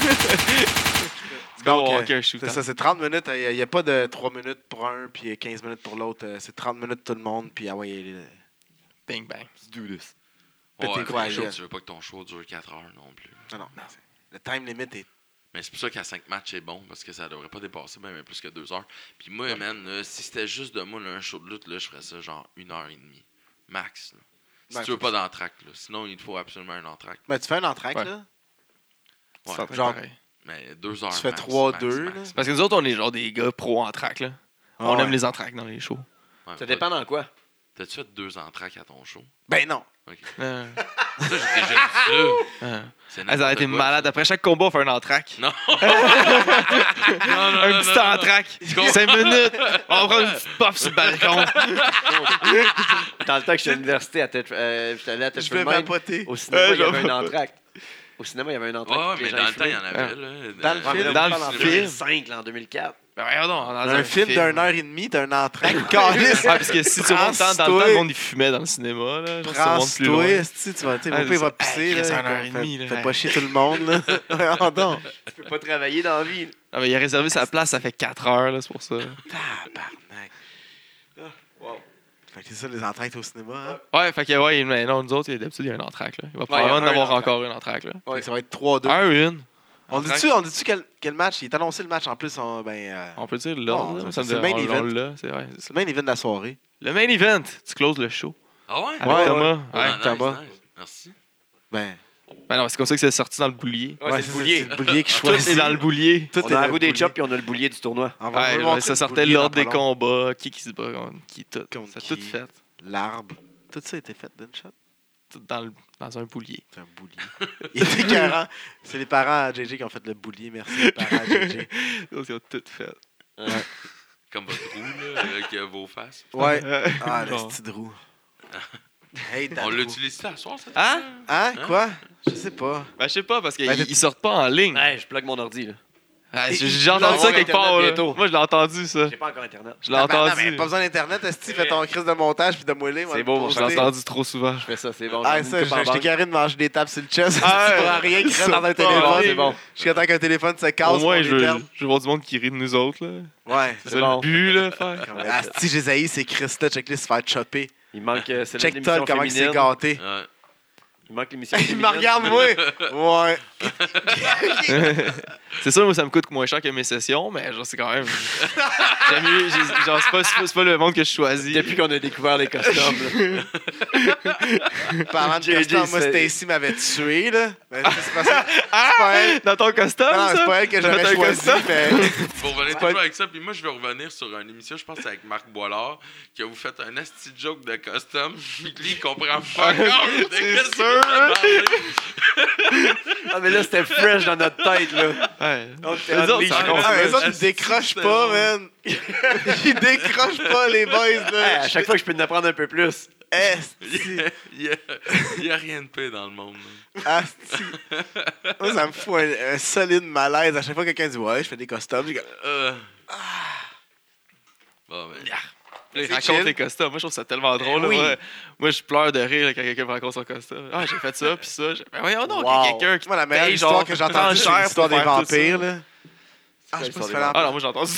C'est comme Donc, au euh, hockey, un C'est shootout. ça, c'est trente minutes. Il n'y a, pas de trois minutes pour un, puis quinze minutes pour l'autre. Euh, C'est trente minutes tout le monde, puis ah ouais, il- Bing bang. do this. Pétez Ouais, quoi, ton show, gueule. tu veux pas que ton show dure quatre heures non plus. Non, non. c'est- Le time limit est. Mais c'est pour ça qu'à cinq matchs, c'est bon, parce que ça devrait pas dépasser même plus que deux heures. Puis moi, man, là, si c'était juste de moi, là, un show de lutte, là, je ferais ça genre une heure et demie. Max. Là. Si Ben, tu veux faut pas que- d'entraque, là. Sinon, il te faut absolument un entraque. Ben, tu fais un entraque, Ouais. là. Ouais. Ça va être genre- pareil. Mais deux heures. Tu fais max, trois max, deux, max. là. Parce que nous autres, on est genre des gars pro en track, là. Ah On ouais. aime les entraques dans les shows. Ouais, Ça dépend dans quoi. T'as-tu fait deux entraques à ton show? Ben non. Ok. Euh, Ça, j'ai déjà vu ça. euh. C'est Ah, ça a n'importe été quoi, malade. ça. Après chaque combat, on fait un entraque. Non. non, non, Un non, petit non, non. entraque. Tu comprends? Cinq minutes. On va prendre une petite puff sur le balcon. Dans le temps que j'étais à l'université, à Ted- euh, j'étais allé à Je vais Tetford Mine, vapoter. au cinéma, Euh, il y avait j'en- un entracte. Au cinéma, il y avait un entracte. Ouais, que les mais gens dans le temps, il y fumaient. en avait. Là, Dans le Euh, film, dans le pas film. deux mille cinq, là, en deux mille quatre. Ben, regardons. Dans Un film d'une heure et demie, t'as un entraque. Calice. Ouais, parce que si tu remontes dans, dans le temps, Prends-toi. le monde il fumait dans le cinéma. Là, genre, si tu remontes plus Prends-toi, loin. esti, tu vas, tu sais, Ah, mon père, il va c'est ça. pisser, Hey, là. Chris, un heure et Fais- demie, là. Fais pas chier tout le monde, là. Voyons donc. Tu peux pas travailler dans la vie. là. Ah, mais il a réservé sa place, ça fait quatre heures, là, c'est pour ça. Tabarnak. Wow. Fait que c'est ça, les entraques au cinéma, hein. Ouais, fait que, ouais, mais non, nous autres, d'habitude, il y a un entraque, là. Il va il y a probablement en un avoir entraque. encore une entraque, là. Fait que ça va être trois deux. Un, une. On Entraque. dit-tu, on dit-tu quel, quel match? Il est annoncé le match en plus. On, ben, euh, On peut dire l'ordre, Non, là, ça me c'est le main dérange, event. on l'a, c'est vrai. c'est c'est ça. le main event de la soirée. Le main event, tu closes le show. Ah ouais? Avec Ouais, Thomas. ouais. Ouais. Ah, nice, Thomas. nice. Merci. Ben, Ben non, c'est comme ça que c'est sorti dans le boulier. Ouais, c'est le ça, boulier. C'est le boulier qui Tout choisit. est dans le boulier. Tout On est a dans la le roue des boulier. chops puis on a le boulier du tournoi. On va Ouais, vous ouais, montrer ça le sortait boulier l'ordre dans des pas long. combats, qui qui se bat, qui tout. Contre Ça a qui? tout fait. L'arbre. Tout ça a été fait d'une shot. Tout dans, le- dans un boulier. C'est un boulier. Il était écœurant. C'est les parents à J J qui ont fait le boulier. Merci les parents à J J. Donc, ils ont tout fait. Comme votre roue, là, avec euh, vos faces. Ouais. Ah, le Bon. petit Drew. Hey, On Drew. l'utilise ça à soir, ça? Hein? Hein? Quoi? Je sais pas. Ben, je sais pas, parce qu'ils Ben, t'as- ils sortent pas en ligne. Ouais, je plug mon ordi. là. Ah, Et- j'ai il- j'ai il va entendu ça avoir quelque Internet part. là. bientôt. Moi, je l'ai entendu, ça. J'ai pas encore Internet. Je l'ai Ah, ben, non, entendu. mais pas besoin d'Internet. Esti, fais ton crise de montage puis de moellé. C'est beau, mon Je l'ai entendu trop souvent. Je fais ça, c'est bon. Ah, j'en ai ça, une je coupe en je t'ai banque. carré de manger des tapes sur le chest. Ah, C'est ouais. pour rien qui reste Ça dans un va, téléphone. c'est bon. Jusqu'à temps qu'un téléphone se casse. Au moins, pour je les veux, perdre. je veux voir du monde qui rit de nous autres. Là. Ouais. C'est C'est ça bon. le but, là, faire. Comme, Asti, j'ai haï ces Chris-là. Check-les se faire chopper. Il manque euh, celle de Check l'émission Todd comment il s'est féminine. gâté. Ouais. Il manque l'émission Il me féminine. regarde, moi. Ouais. C'est sûr, moi, ça me coûte moins cher que mes sessions, mais genre, c'est quand même. J'aime mieux. j'ai- Genre, c'est pas, c'est pas- c'est pas le monde que je choisis. Depuis qu'on a découvert les costumes. là. Parlant de J J, custom, moi, c'est- Stacy m'avait tué, là. Ben, c'est parce que pas elle. Dans ton custom, Non, ça? c'est pas elle que T'as j'aurais fait un choisi. custom? mais- Faut revenir pas- toujours avec ça. Puis moi, je vais revenir sur une émission, je pense que c'est avec Marc Boilard, que vous faites un asti joke de custom. Puis que lui, il comprend pas encore. C'est sûr, hein? Ah, mais là, c'était fresh dans notre tête, là. Ouais. On était Les autres, unleashed. c'est encore Ah, mais les fresh. autres, ils décrochent C'était pas, bon. man. Ils décrochent pas, les boys, Hey, là. à chaque fois que je peux en apprendre un peu plus. Esti. Il y a, il y a rien de pire dans le monde. là. Asti. Moi, ça me fout un, un solide malaise. À chaque fois que quelqu'un dit « Ouais, je fais des customs », j'ai comme Euh... Bon, ben. Là, il C'est raconte chill. les customs. Moi, je trouve ça tellement drôle. là. oui. Moi, moi, je pleure de rire là, quand quelqu'un me raconte son custom. Ah, j'ai fait ça, puis ça. J'ai- Ben voyons donc, Wow. qu'il y a quelqu'un qui Moi, la meilleure paye, histoire genre, que j'ai entendue, c'est cher l'histoire pour des faire tout ça. vampires, là. Ah, je sais pas si l'histoire fallait des en Ah non, moi j'ai entendu.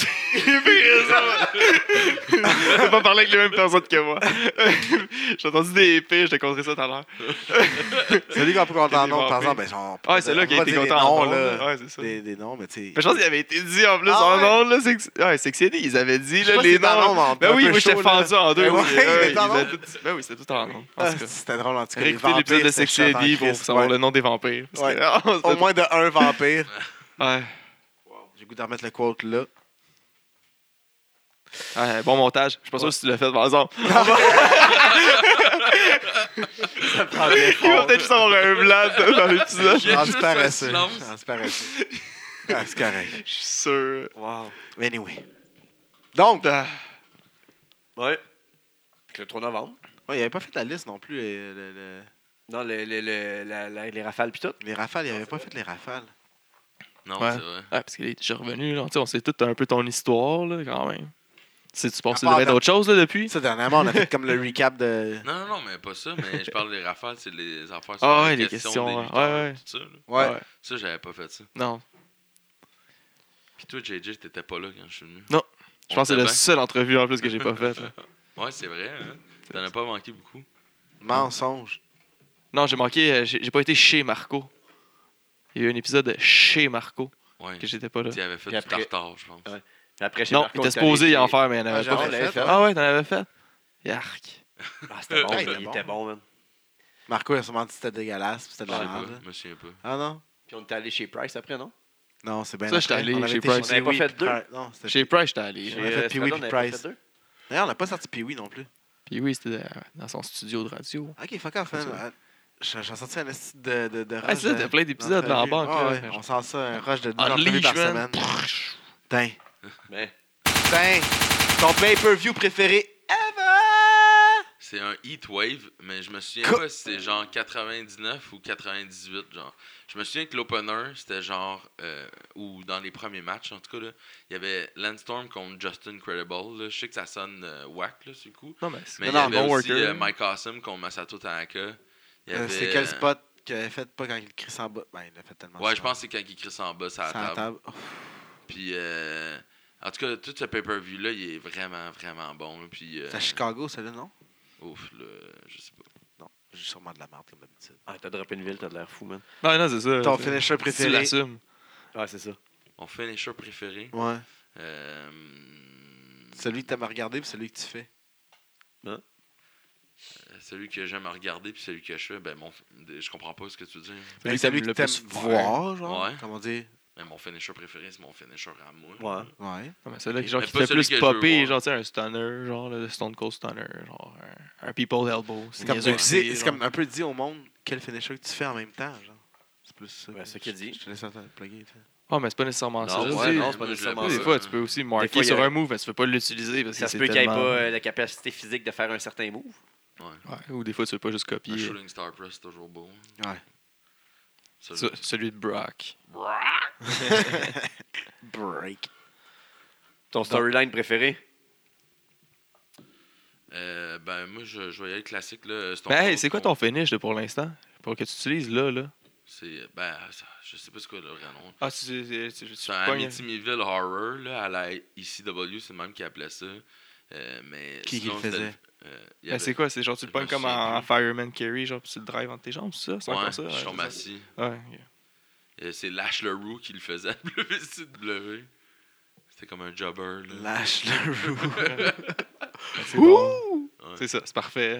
Je peux pas parler avec les mêmes personnes que moi. J'ai entendu des épées, je t'ai conté ça tout à l'heure. Celui qu'on peut compter en Des nom, par vampires. exemple, ben, on peut- Ah, c'est là on qui a va été dire content des en noms, nom, là. là. Ouais, c'est ça. Des, des noms, mais tu sais. Mais je pense qu'il avait été dit en plus Ah en ouais? nom, là. C'est que- ouais, c'est que c'est dit, ils avaient dit Je sais là, pas les si c'est en noms. nom, mais Ben un oui, peu moi j'étais chaud, là. fendu en deux. Ben oui, ouais, euh, il était ils en avaient nom. tout- Ben oui, c'était tout en nom. En Ah, tout cas. c'était drôle, en tout cas. les Écoutez l'épisode vampires, de c'était Sex chiant en Eddie pour Christ, savoir ouais. le nom des vampires. Parce Ouais. que- Ah, c'était- Au moins de un vampire. Ouais. J'ai le goût de remettre le quote là. Ouais, bon montage. Je suis pas sûr si tu l'as fait, par exemple. Ça prend bien Il va fort. peut-être juste avoir un blanc dans l'épisode. Je suis rendu juste un paresseux. silence. Je suis rendu paresseux. Ah, c'est correct. Je suis sûr. Wow. Mais anyway. Donc, Ah. Ouais. Fait que le trois novembre. ouais, il avait pas fait la liste non plus. Les, les, les- Non, le- le- le- la- la- les rafales pis tout. les rafales, il avait pas fait les rafales. Non, Ouais. c'est vrai. Ouais, parce qu'il est déjà revenu. Là. Tu sais, on sait tout un peu ton histoire, là, quand même. Si tu penses À part de dans- d'autres choses là, depuis? Ça, dernièrement, on a fait comme le recap de. Non, non, non, mais pas ça. Mais je parle des rafales, c'est les affaires sur Ah ouais, les les questions, questions, des ouais, lutteurs, ouais. tout ça. là. Ouais. Ça, j'avais pas fait ça. Non. Puis toi, J J, t'étais pas là quand je suis venu. Non. Je pense que c'est On la était seule entrevue en plus que j'ai pas faite. là. bien. Ouais, c'est vrai. Hein? T'en as pas manqué beaucoup. Mensonge. Non, j'ai manqué. euh, J'ai j'ai pas été chez Marco. Il y a eu un épisode de chez Marco Ouais. que j'étais pas là. Tu avais fait Puis du après- tartare, je pense. Ouais. Puis après, chez Non, Marco, il on était est allé supposé y chez- en faire, mais il y en Ah, avait j'en pas. ai l'avait fait. fait. hein. Ah ouais, t'en avais fait? Yark. Ah, c'était bon, Ouais, man. il était il bon. était bon, man. Marco, il a sûrement dit que c'était dégueulasse. puis C'était de Je la sais pas, merde. je me souviens pas. Ah non? Puis on était allé chez Price après, non? Non, c'est bien. Ça, j'étais après. allé On avait chez été Price. On n'avait pas Pee-wee fait deux. Pri- Non, c'était Chez Price, j'étais allé. Chez, On a fait euh, Pee-wee Stradon, puis on avait pas Price. fait deux. D'ailleurs, on n'a pas sorti Pee-Wee non plus. Puis oui, c'était euh, dans son studio de radio. Ok, fuck off, man. C'est ça. Euh, J'ai j'ai sorti un esti de, de, de Ah, rush c'est ça, de- t'as plein d'épisodes là en d'entrevues. banque. Ah là. ouais, on sort ça, un rush de deux entrevues Unleash, par man. semaine. Tain. Mais Tain. Ton pay-per-view préféré ever! C'est un Heatwave, mais je me souviens Co- pas si c'est genre quatre-vingt-dix-neuf ou quatre-vingt-dix-huit, genre. Je me souviens que l'opener, c'était genre, euh, ou dans les premiers matchs, en tout cas, là, il y avait Landstorm contre Justin Credible, là. Je sais que ça sonne euh, whack, là, sur le coup. Non, mais c'est Mais il Non, y non, avait bon aussi worker. euh, Mike Awesome contre Masato Tanaka. Il y Euh, avait, C'est quel euh, spot qu'il avait fait pas quand il crie en bas? Ben, il l'a fait tellement Ouais, je souvent. pense que c'est quand il crie ça en bas, sur la C'est à la table. table. Oh, Puis, euh, en tout cas, tout ce pay-per-view-là, il est vraiment, vraiment bon. là. Puis, euh, C'est à Chicago, celui-là, non? ouf, là, je sais pas. Non. J'ai sûrement de la merde, comme d'habitude. ah, t'as droppé une ville, t'as de l'air fou, man. Non, non, c'est ça. Ton C'est- finisher Tu préféré? l'assumes. Ah, c'est ça. Mon finisher préféré. Ouais. Euh, Celui que t'aimes regarder puis celui que tu fais. euh, celui que j'aime regarder puis celui que je fais, ben mon, je comprends pas ce que tu veux dire. Celui Ben, que celui t'aimes que le t'aimes plus voir, genre. Ouais. Comment dire? Mais mon finisher préféré, c'est mon finisher à moi. Ouais. Ouais. Non, mais celui genre, Mais qui pas fait celui plus que je veux popper, voir. genre, tu sais, un stunner, genre le Stone Cold Stunner, genre un, un People Elbow. C'est comme, niaiseux tu aussi, dis- c'est genre. comme un peu dit au monde quel finisher que tu fais en même temps, genre. C'est plus ça. Ouais, c'est ça qu'il a dit. Je te laisse te plugger. tu sais. Ah, mais c'est pas nécessairement ça. Non, je ouais, dis. non, c'est pas Moi, je nécessairement l'ai Des ça. fois, tu peux aussi marquer fois, il y sur a- un move, mais tu peux pas l'utiliser parce Ça que se c'est peut qu'il n'y ait pas tellement... euh, la capacité physique de faire un certain move. Ouais. Ouais, ou des fois, tu veux pas juste Un copier shooting star press, c'est toujours beau. Ouais. Ça, Ce- celui de Brock. Break. Ton storyline préféré? Euh, ben, moi, je, je vais y aller classique. Là, Stone Ben, hey, Cold c'est quoi contre- ton finish là, pour l'instant? Pour que tu utilises là, là? C'est, ben, ça, je sais pas c'est quoi le vrai nom. Ah, c'est... c'est- c'est- tu C'est un pognes- Amityville Horror, là, à la E C W, c'est le même qui appelait ça. Euh, mais Qui qui sinon, le c'était faisait? euh, il y Ben, avait- c'est quoi? C'est genre, tu le Je pognes me comme souviens en plus. Fireman Carry, genre, puis tu le drives entre tes jambes, c'est ça? C'est Ouais, encore ça? je Ouais, tombe c'est assis. ça. Ouais, ok. Euh, C'est Lash LaRue qui le faisait à W C W. C'était comme un jobber. Là. Lâche le roux. Ben, c'est bon. Ouais. C'est ça, c'est parfait.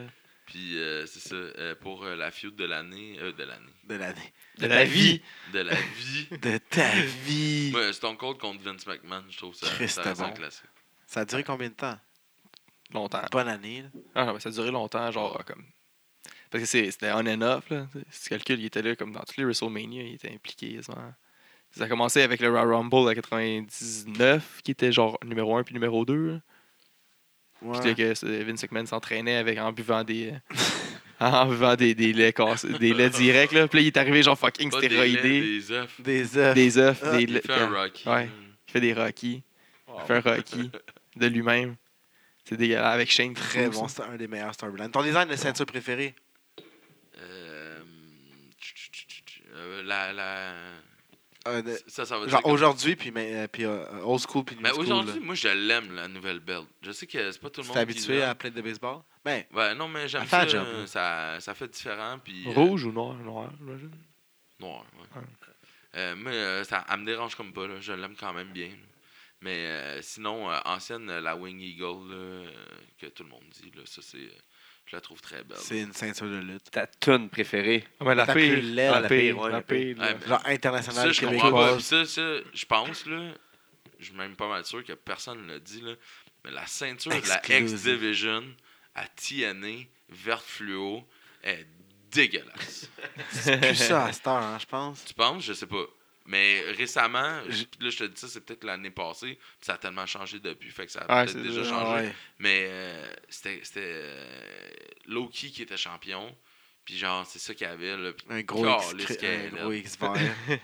Puis euh, c'est ça, euh, pour euh, la feud de l'année, euh, de l'année, De l'année. De la vie. de la vie. De ta vie. Ouais, Stone Cold contre Vince McMahon, je trouve ça, Christ, ça, c'était ça bon. classique. Ça a duré combien de temps? Longtemps. Bonne année, là. Ah, non, mais ça a duré longtemps, genre, comme. Parce que c'est- c'était on and off, là. Si tu calcules, il était là, comme dans tous les WrestleMania, il était impliqué, quasiment. Ça a commencé avec le Royal Rumble à quatre-vingt-dix-neuf, qui était genre numéro un puis numéro deux. Ouais. Puis là, que c'est- Vince McMahon s'entraînait avec, en buvant des. en buvant des, des laits cassés, des laits directs, là. Puis là, il est arrivé, genre, fucking Pas des stéroïdé. laits, des œufs. Des œufs. Des œufs, Ah, des Il laits. fait un Rocky. Ouais. Il fait des Rocky. Il fait un Rocky de lui-même. C'est dégueulasse. Avec Shane. Très Trouve, bon, ça. c'est un des meilleurs storylines. Ton design de ceinture préféré? Euh, tch, tch, tch, tch, euh, la, la... Euh, de- Ça, ça va dire genre comme- aujourd'hui, puis, mais, euh, puis euh, old school, puis new Mais school. aujourd'hui, là. moi, je l'aime, la nouvelle belt. Je sais que c'est pas tout le Tu monde t'es qui habitué l'aime. à plein de baseball? Ben, Ouais, non, mais j'aime Elle fait ça. la job, euh, là. ça. Ça fait différent. Puis, euh, Rouge ou noir? Noir, j'imagine. Noir, ouais. Ouais. Euh, mais euh, ça, elle me dérange comme pas, là. Je l'aime quand même bien. là. Mais euh, sinon, euh, ancienne, euh, la Wing Eagle, là, euh, que tout le monde dit, là, ça, c'est. euh, je la trouve très belle. c'est une ceinture de lutte. Ta tune préférée. Ah, mais la Ta pire. plus laide, La la pire, pire, ouais, la la pire. pire. là. Ouais, mais- Genre Ça, internationale je comprends pas. Puis québécoise. ça, ça, je pense, là, je suis même pas mal sûr que personne ne l'a dit, là, mais la ceinture de la Exclusive. X-Division à T N A, verte fluo, est dégueulasse. C'est plus ça à cette heure, hein, je pense. Tu penses? Je sais pas. Mais récemment, Je- puis là, je te dis ça, c'est peut-être l'année passée, puis ça a tellement changé depuis, fait que ça a Ouais, peut-être c'est déjà ça. changé. Ah ouais. Mais euh, c'était c'était euh, Loki qui était champion, puis genre, c'est ça qu'il y avait, là. puis Un gros X, calisse cré- qu'elle est un laide. gros X vert.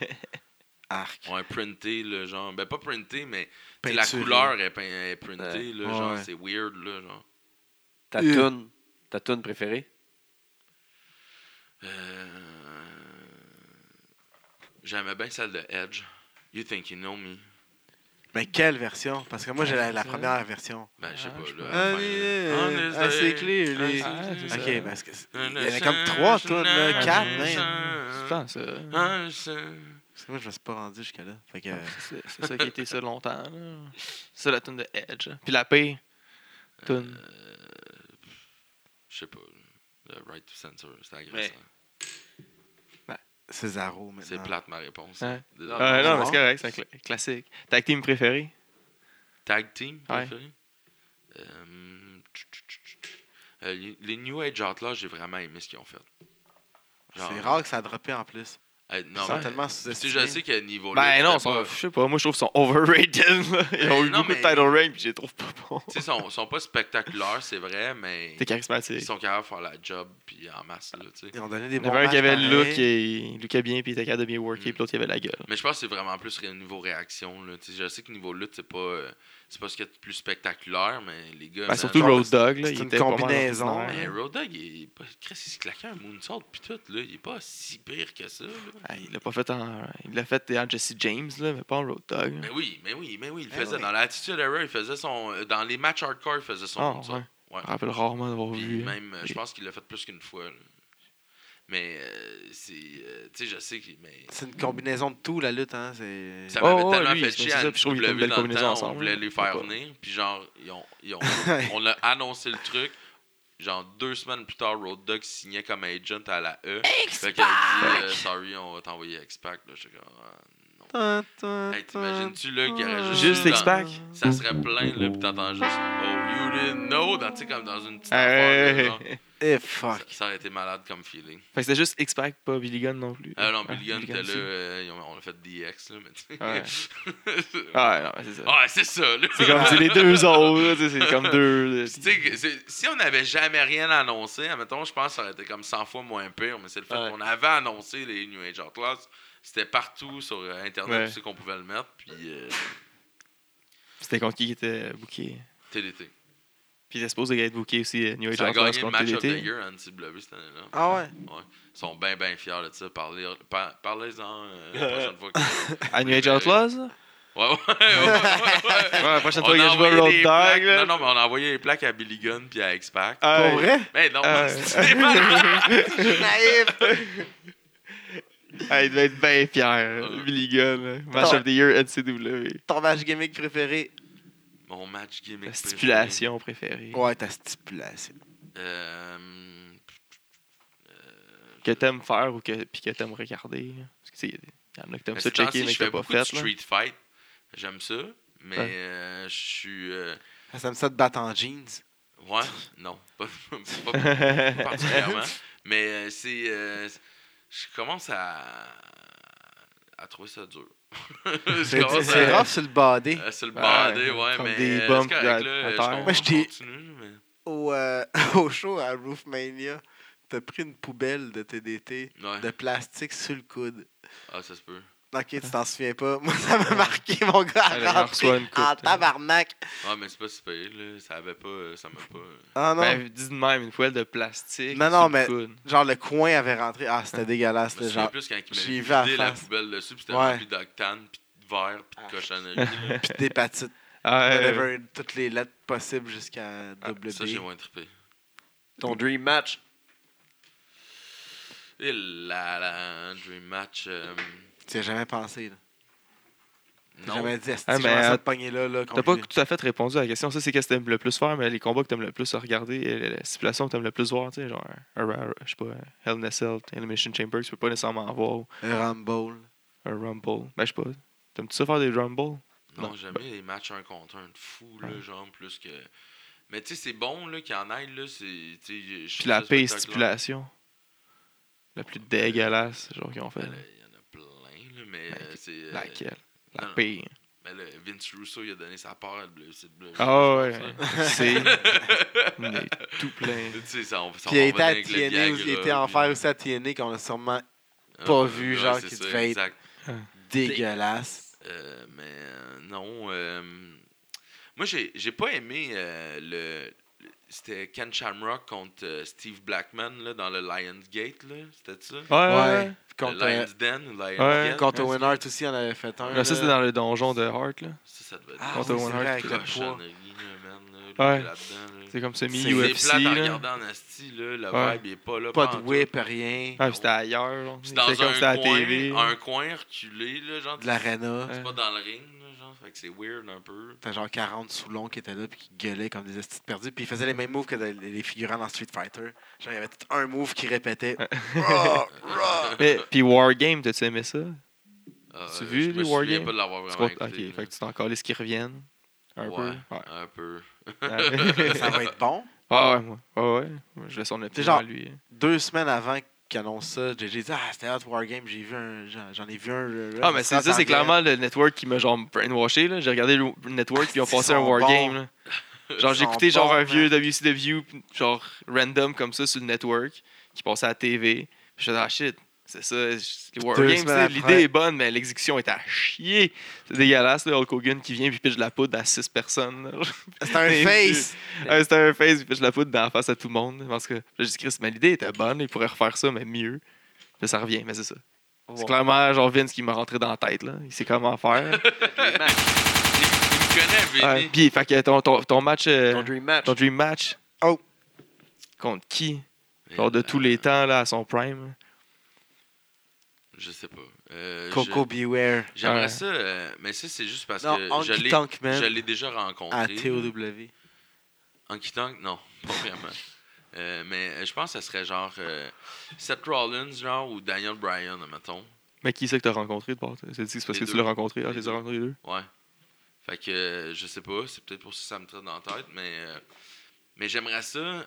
Arc. Ouais, printé, là, genre. Ben, pas printé, mais tu sais, la Peinturé. couleur est, pein- est printée, Ouais. là, Ouais, genre, ouais. c'est weird, là, genre. Ta Euh. tune. Ta tune préférée. Euh... J'aimais bien celle de Edge. You think you know me. Mais quelle version? Parce que moi, j'ai la, la Ça. première version. Ben, je sais Ah, pas, je là. Ah, enfin, les- on euh, is ah, c'est there. clair, les- Ah, c'est Ok, ça. parce que c'est- il y en a comme trois tunes, là, quatre, même. C'est pas ça. Ah, ça. Parce que moi, je me suis pas rendu jusqu'à là. Fait que, euh, C'est c'est ça qui a été ça longtemps. là. C'est ça la tune de Edge. Puis la pire tune. Euh, Je sais pas. Le right to censor, c'est agressant. Cesaro, maintenant. C'est plate ma réponse. Ouais. Désolé. Ah, non, non. mais c'est correct, c'est un cla- classique. Tag team préféré? Tag team Ouais. préféré? Euh, tch, tch, tch, tch. Euh, les- les New Age Outlaws, j'ai vraiment aimé ce qu'ils ont fait. Genre, C'est rare que ça a droppé en plus. euh, non, Ils sont mais- tellement tu sais, sous-estimés. je sais qu'à niveau Ben non, sont- je sais pas, moi je trouve qu'ils sont overrated. là. Ils ont eu non, beaucoup de mais- title reign puis je les trouve pas bons. Ils sont, sont pas spectaculaires, c'est vrai, mais T'es charismatique. ils sont capables de faire la job puis en masse. Là, tu sais. Ils ont donné des Il y bons en avait un matchs qui avait le look pareils. et il lookait bien puis il était capable de bien worker Mm. puis l'autre il avait la gueule. Mais je pense que c'est vraiment plus au niveau réaction. Là. Tu sais, je sais que niveau lutte, c'est pas, euh, c'est pas ce qu'il y a de plus spectaculaire, mais les gars. Ben, man, surtout genre, Road Dogg, là, c'est il une était pas mal combinaison. ordinaire. Mais Road Dogg, il est pas... Chris, il se claquait un moonsault pis tout, là. Il est pas si pire que ça, là. Ah, il l'a pas fait en. Il l'a fait en Jesse James, là, mais pas en Road Dogg. Mais oui, mais oui, mais oui, il le Eh faisait. oui. Dans l'Attitude Era, il faisait son... euh, Dans les matchs hardcore, il faisait son Ah, moonsault. ouais. Ouais. Je me rappelle rarement d'avoir Puis vu. même, euh, je Et- pense qu'il l'a fait plus qu'une fois, là. Mais, euh, c'est... euh, tu sais, je sais qu'il... Mais... C'est une combinaison de tout, la lutte, hein. C'est... Ça Oh, m'avait ouais, tellement lui, fait c'est chier ça, à puis je trouve qu'il y a une belle dans le combinaison temps, ensemble, on voulait là. les faire Pas- venir, puis genre, ils ont, ils ont, on a annoncé le truc, genre deux semaines plus tard, Road Dogg signait comme agent à la E. Fait qu'il a dit, euh, sorry, on va t'envoyer X-Pac, là, j'étais comme, ah, non. Tin, tin, Hey, t'imagines-tu, là, qu'il y aurait juste... Juste dans- X-Pac? Ça serait plein, là, pis t'entends juste, oh, you didn't know, dans- tu sais, comme dans une petite Hey. affaire, là, genre. Eh, Ça, fuck. ça aurait été malade comme feeling. Fait que c'était juste X-Pac, pas Billy Gunn non plus. Ah non, Ah, Billy Gunn était là, aussi. euh, ils ont- on a fait D X, là, mais tu sais... Ouais. Ah, non, mais c'est ça. Ouais, c'est ça, là. C'est comme c'est les deux autres, là, tu sais, c'est comme deux. Tu sais, que c'est- si on n'avait jamais rien annoncé, admettons, je pense que ça aurait été comme cent fois moins pire, mais c'est le fait Ouais. qu'on avait annoncé les New Age Outlaws. C'était partout sur euh, Internet, Ouais. tu sais qu'on pouvait le mettre, puis euh, C'était contre qui qui était booké. T D T. Puis il était supposé être booké aussi euh, New Age Ça a Outlaws gagné le contre match of the T D T. year à N C W cette année-là. Ah ouais? Ouais. Ils sont bien, bien fiers de ça. Parlez, par- parlez-en euh, la prochaine fois. Que... À New Age Outlaws? là? Ouais, ouais, ouais, ouais, ouais. Ouais, la prochaine On fois que a je vois envoyé Road les Dogg, plaques- là. Non, non, mais on a envoyé les plaques à Billy Gunn puis à X-Pac. Ah, Pour vrai? Mais non, Ah, c'est malade. Naïf! Ah, il devait être bien fier, Ouais. Billy Gunn. là. Match of the Year N C W. Ton match gimmick préféré? Mon match gimmick La préféré. stipulation préférée. Ouais, ta stipulation. Euh, que t'aimes faire ou que, puis que t'aimes regarder. Là. Parce que, tu sais, il y en a que t'aimes Mais ça ces temps-ci, checker, mais je que t'as fais pas beaucoup de fait. Là. street fight. J'aime ça, mais Ouais. euh, je suis... euh, Ça me ça de battre en jeans. Ouais, non, pas, pas- pas particulièrement. Mais euh, c'est... euh, je commence à... à trouver ça dur. Je C'est commence c'est à- rough sur le body. à se le Ouais, bader, ouais, comme mais des euh, bumps c'est correct, à- là. à je terre. con- Moi, je t'ai- continue, mais... Au, euh, au show à Roofmania, t'as pris une poubelle de T D T Ouais. de plastique sur le coude. Ah, ça se peut. Ok, tu t'en souviens pas. Moi, ça m'a marqué, mon gars, Elle à en reçoit rentrer une coupe, en là. tabarnak. Ah, mais c'est pas si pire, là. Ça avait pas... Ça m'a pas... Ah non, Ben, dis de même, une poêle de plastique. Non, sur non, le mais- coude. genre le coin avait rentré. Ah, c'était dégueulasse. Je me là, souviens genre, plus quand il j'ai m'avait vu à la vidé la face. poubelle dessus, puis c'était Ouais. rempli d'octane, puis de verre, puis de Ah. cochonnerie. là. Pis des patites. Ah, ouais, Whatever, toutes les lettres possibles jusqu'à Ah, double ça, j'ai B. moins trippé. Ton dream match. Et la, la Dream Match... euh, Tu y as jamais pensé, là. T'as non. jamais dit, est-ce Ah, que mais, j'aimerais ça euh, te pogner là, là. T'as contre pas lui? tout à fait répondu à la question. Ça, c'est qu'est-ce que t'aimes le plus faire, mais les combats que t'aimes le plus regarder, et les stipulations que t'aimes le plus voir, tu sais, genre, un, un- je sais pas, un Hell in a Cell, Elimination Chamber, tu peux pas nécessairement voir, Un Rumble. un Rumble. Ben, je sais pas. T'aimes-tu ça faire des Rumble? Non, Non. j'aime bien les matchs un contre un de fou, là, genre, plus que... Mais tu sais, c'est bon, là, qu'il y en ait, là, c'est... tu sais, je- je Puis trouve la ça pire spectaculaire. stipulation. La plus dégueulasse, genre, qu'ils ont fait. Ben, là, il y en a plein, là, mais Ben, euh, c'est... euh, Laquelle? non, La non. pire. Ben là, Vince Russo, il a donné sa part à le c'est bleu. Ah ouais, c'est... On est tout plein. Tu sais, ça, on, ça, Puis il on a va été à avec le T N A, Viagra, il était en puis- fer aussi à T N A qu'on a sûrement Ah, pas ouais, vu, ouais, genre, c'est qui ça, devait être exact. dégueulasse. Euh, mais euh, non, euh, moi j'ai j'ai pas aimé euh, le, le- c'était Ken Shamrock contre euh, Steve Blackman là, dans le Lionsgate, là, c'était ça? Ouais, ouais. Ouais. Contre, le euh, Lions Den ou Lions Ouais. Gate? contre Owen Hart aussi, on avait fait un. Là, ça, là. c'était dans le donjon de Hart, là. Ça, ça devait être Ah, Contre oui, Owen c'est Hart, vrai, avec le poids. cochonnerie, là, man, là, Ouais. lui, là-dedans, là. C'est comme C'est- semi-U C'est F C, plate à là. regarder en asti, là, le Ouais. vibe il est pas là. Pas pas de en whip, tout. rien. Ah, puis c'était ailleurs, genre. C'est C'était dans comme un c'était à la coin, T V. un coin reculé, là, genre. De l'arena. C'est pas dans le ring, là, genre. Fait que c'est weird un peu. T'as genre quarante Soulons qui étaient là puis qui gueulaient comme des estis perdus. Puis ils faisaient les mêmes moves que les les figurants dans Street Fighter. Genre, il y avait tout un move qui répétait. Raw, raw. Mais, puis Wargame, t'as-tu aimé ça? Ah, Tu euh, vu je les me souviens Wargames? pas de l'avoir Tu vraiment comptes- écouté. ok, fait que tu t'en calisses qu'ils reviennent. Un Ouais, peu. Ouais. un peu. Ouais. Ça va être bon. Ah ouais, moi. Ouais, ouais. Moi, je laisse son opinion genre- à lui. Deux semaines avant qu'il annonce ça, j'ai j'ai dit ah c'était Hot Wargame, j'ai vu un, j'en j'en ai vu un. là, Ah, mais c'est ça, c'est clairement le network qui m'a genre brainwashé. Là. J'ai regardé le network puis ils ont Ah, passé ils un sont Wargame. bons. là. Genre, j'ai sont écouté genre bons, un vieux man. W C W, genre random comme ça sur le network, qui passait à la T V. Puis je disais, ah shit, c'est ça. Les Wargames, tu semaines sais, après- l'idée est bonne, mais l'exécution est à chier. C'est dégueulasse, là, Hulk Hogan qui vient puis pitch de la poudre à six personnes. là. C'est un face. Ouais, c'était un face, puis pitch de la poudre dans la face à tout le monde. Parce que là, j'ai dit, Chris, mais l'idée était bonne, il pourrait refaire ça, mais mieux. Puis là, ça revient, mais c'est ça. C'est clairement genre Vince qui m'a rentré dans la tête, là. Il sait comment faire. Les matchs. Il me connaît, Ouais, Vinny. puis, fait que ton, ton, ton match, euh, Ton dream match. ton dream match. Oh. Contre qui? Genre de tous les temps, là, à son prime. Je sais pas. Euh, Coco je- Beware. J'aimerais Ouais. ça, euh, mais ça, c'est juste parce Non, que je Honky l'ai, Tonk je Man l'ai déjà rencontré. à T O W. Honky Tonk, non, pas vraiment. Euh, mais euh, je pense que ce serait genre euh, Seth Rollins, genre, ou Daniel Bryan, mettons. Mais qui c'est que t'as rencontré de part? C'est dit, c'est parce Les que tu deux. l'as rencontré. Ah, Les tu les deux. as rencontrés les deux. Ouais. Fait que euh, je sais pas, c'est peut-être pour ça que ça me traite dans la tête, mais, euh, mais j'aimerais ça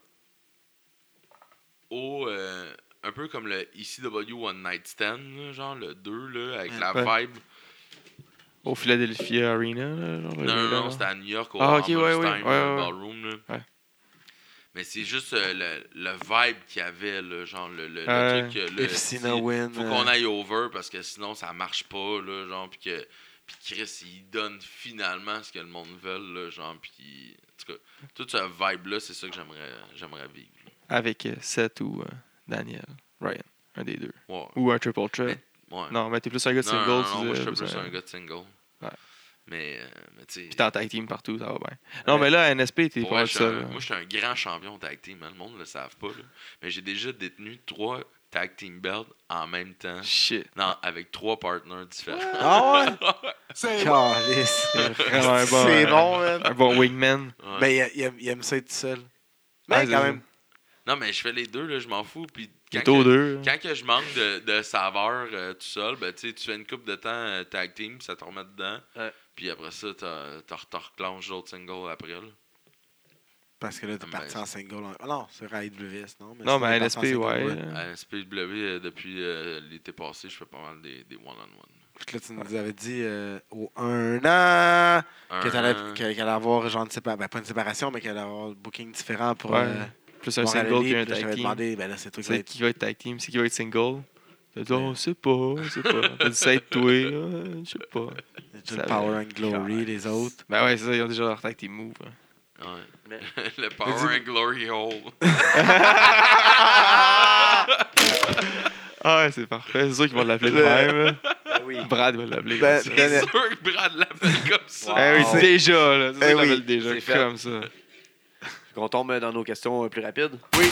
au. euh, un peu comme le E C W One Night Stand, là, genre le deux, là, avec Ouais. la Ouais. vibe. Au Philadelphia Arena, là. Genre, Non, là, non, là. non, c'était à New York, au Ah, ok, ouais, ouais, Hammerstein, ouais, ouais, euh, ouais. Ballroom. Là. Ouais. Mais c'est juste euh, le, le vibe qu'il y avait, là, genre le, le, le Ouais. truc. euh, Le, If c'est- Cena win. faut euh, qu'on aille over parce que sinon ça marche pas, là, genre, puis que puis Chris, il donne finalement ce que le monde veut, là, genre, puis en tout cas, tout ce vibe-là, c'est ça que j'aimerais j'aimerais vivre. là. Avec euh, Seth ou euh, Daniel. Ryan. Un des deux. Ouais. Ou un triple threat. Ouais. Non, mais t'es plus un gars de non, single. non, tu non, moi, je disais, suis plus euh, un gars de single. Ouais. Mais, euh, mais tu sais... Puis t'es en tag team partout, ça va bien. Non, mais là, à N S P, t'es Pour pas vrai, mal je suis seul. un- là. moi, je suis un grand champion tag team. hein, Le monde ne le savent pas. Là. Mais j'ai déjà détenu trois tag team belts en même temps. Shit. Non, avec trois partners différents. Ah ouais? Calice. C'est vraiment un bon, C'est euh, bon, man. Un bon wingman. Ouais. Mais il, il aime, il aime ça être seul. Mais Ouais, quand c'est même. Non, mais je fais les deux, là, je m'en fous. Puis Il quand est au que- deux. Quand que je manque de, de saveur euh, tout seul, ben, tu sais, tu fais une coupe de temps euh, tag team, ça te remet dedans. Ouais. Puis après ça, t'as- t'as t'as reclenches d'autres singles après. Là. Parce que là, t'es Ben, parti en single. en- Ah non, c'est A E W S, non? Non, sinon, mais t'es N parti S en P, single, ouais. À S P W, euh, depuis euh, l'été passé, je fais pas mal des, des one-on-one. Puis là, tu nous avais dit euh, au un an que Un t'allais an. qu'elle allait avoir genre une séparation. Ben, pas une séparation, mais qu'elle allait avoir un booking différent pour. Ouais. euh, Plus un Montréal single Elite. qu'un Puis là, je tag t'avais team. demandé, ben là, c'est toi qui vas C'est être. qui va être tag team, c'est qui va être single. T'as dit, Ouais. oh, c'est pas, c'est pas. T'as dit, ça va être toi, hein, je sais pas. C'est Ça Power va. and Glory, les autres. Ben ouais, c'est ça, ils ont déjà leur tag team move. hein. Ouais. Mais- Le Power and Glory Hole. Ah ouais, c'est parfait. C'est sûr qu'ils vont l'appeler de même. là. Ben oui. Brad va l'appeler Ben, comme ça. ben, C'est sûr que Brad l'appelle comme ça. Wow. Eh oui, c'est- déjà, là. C'est sûr Eh qu'il oui. l'appelle déjà C'est fait. comme ça. On tombe dans nos questions euh, plus rapides. Oui.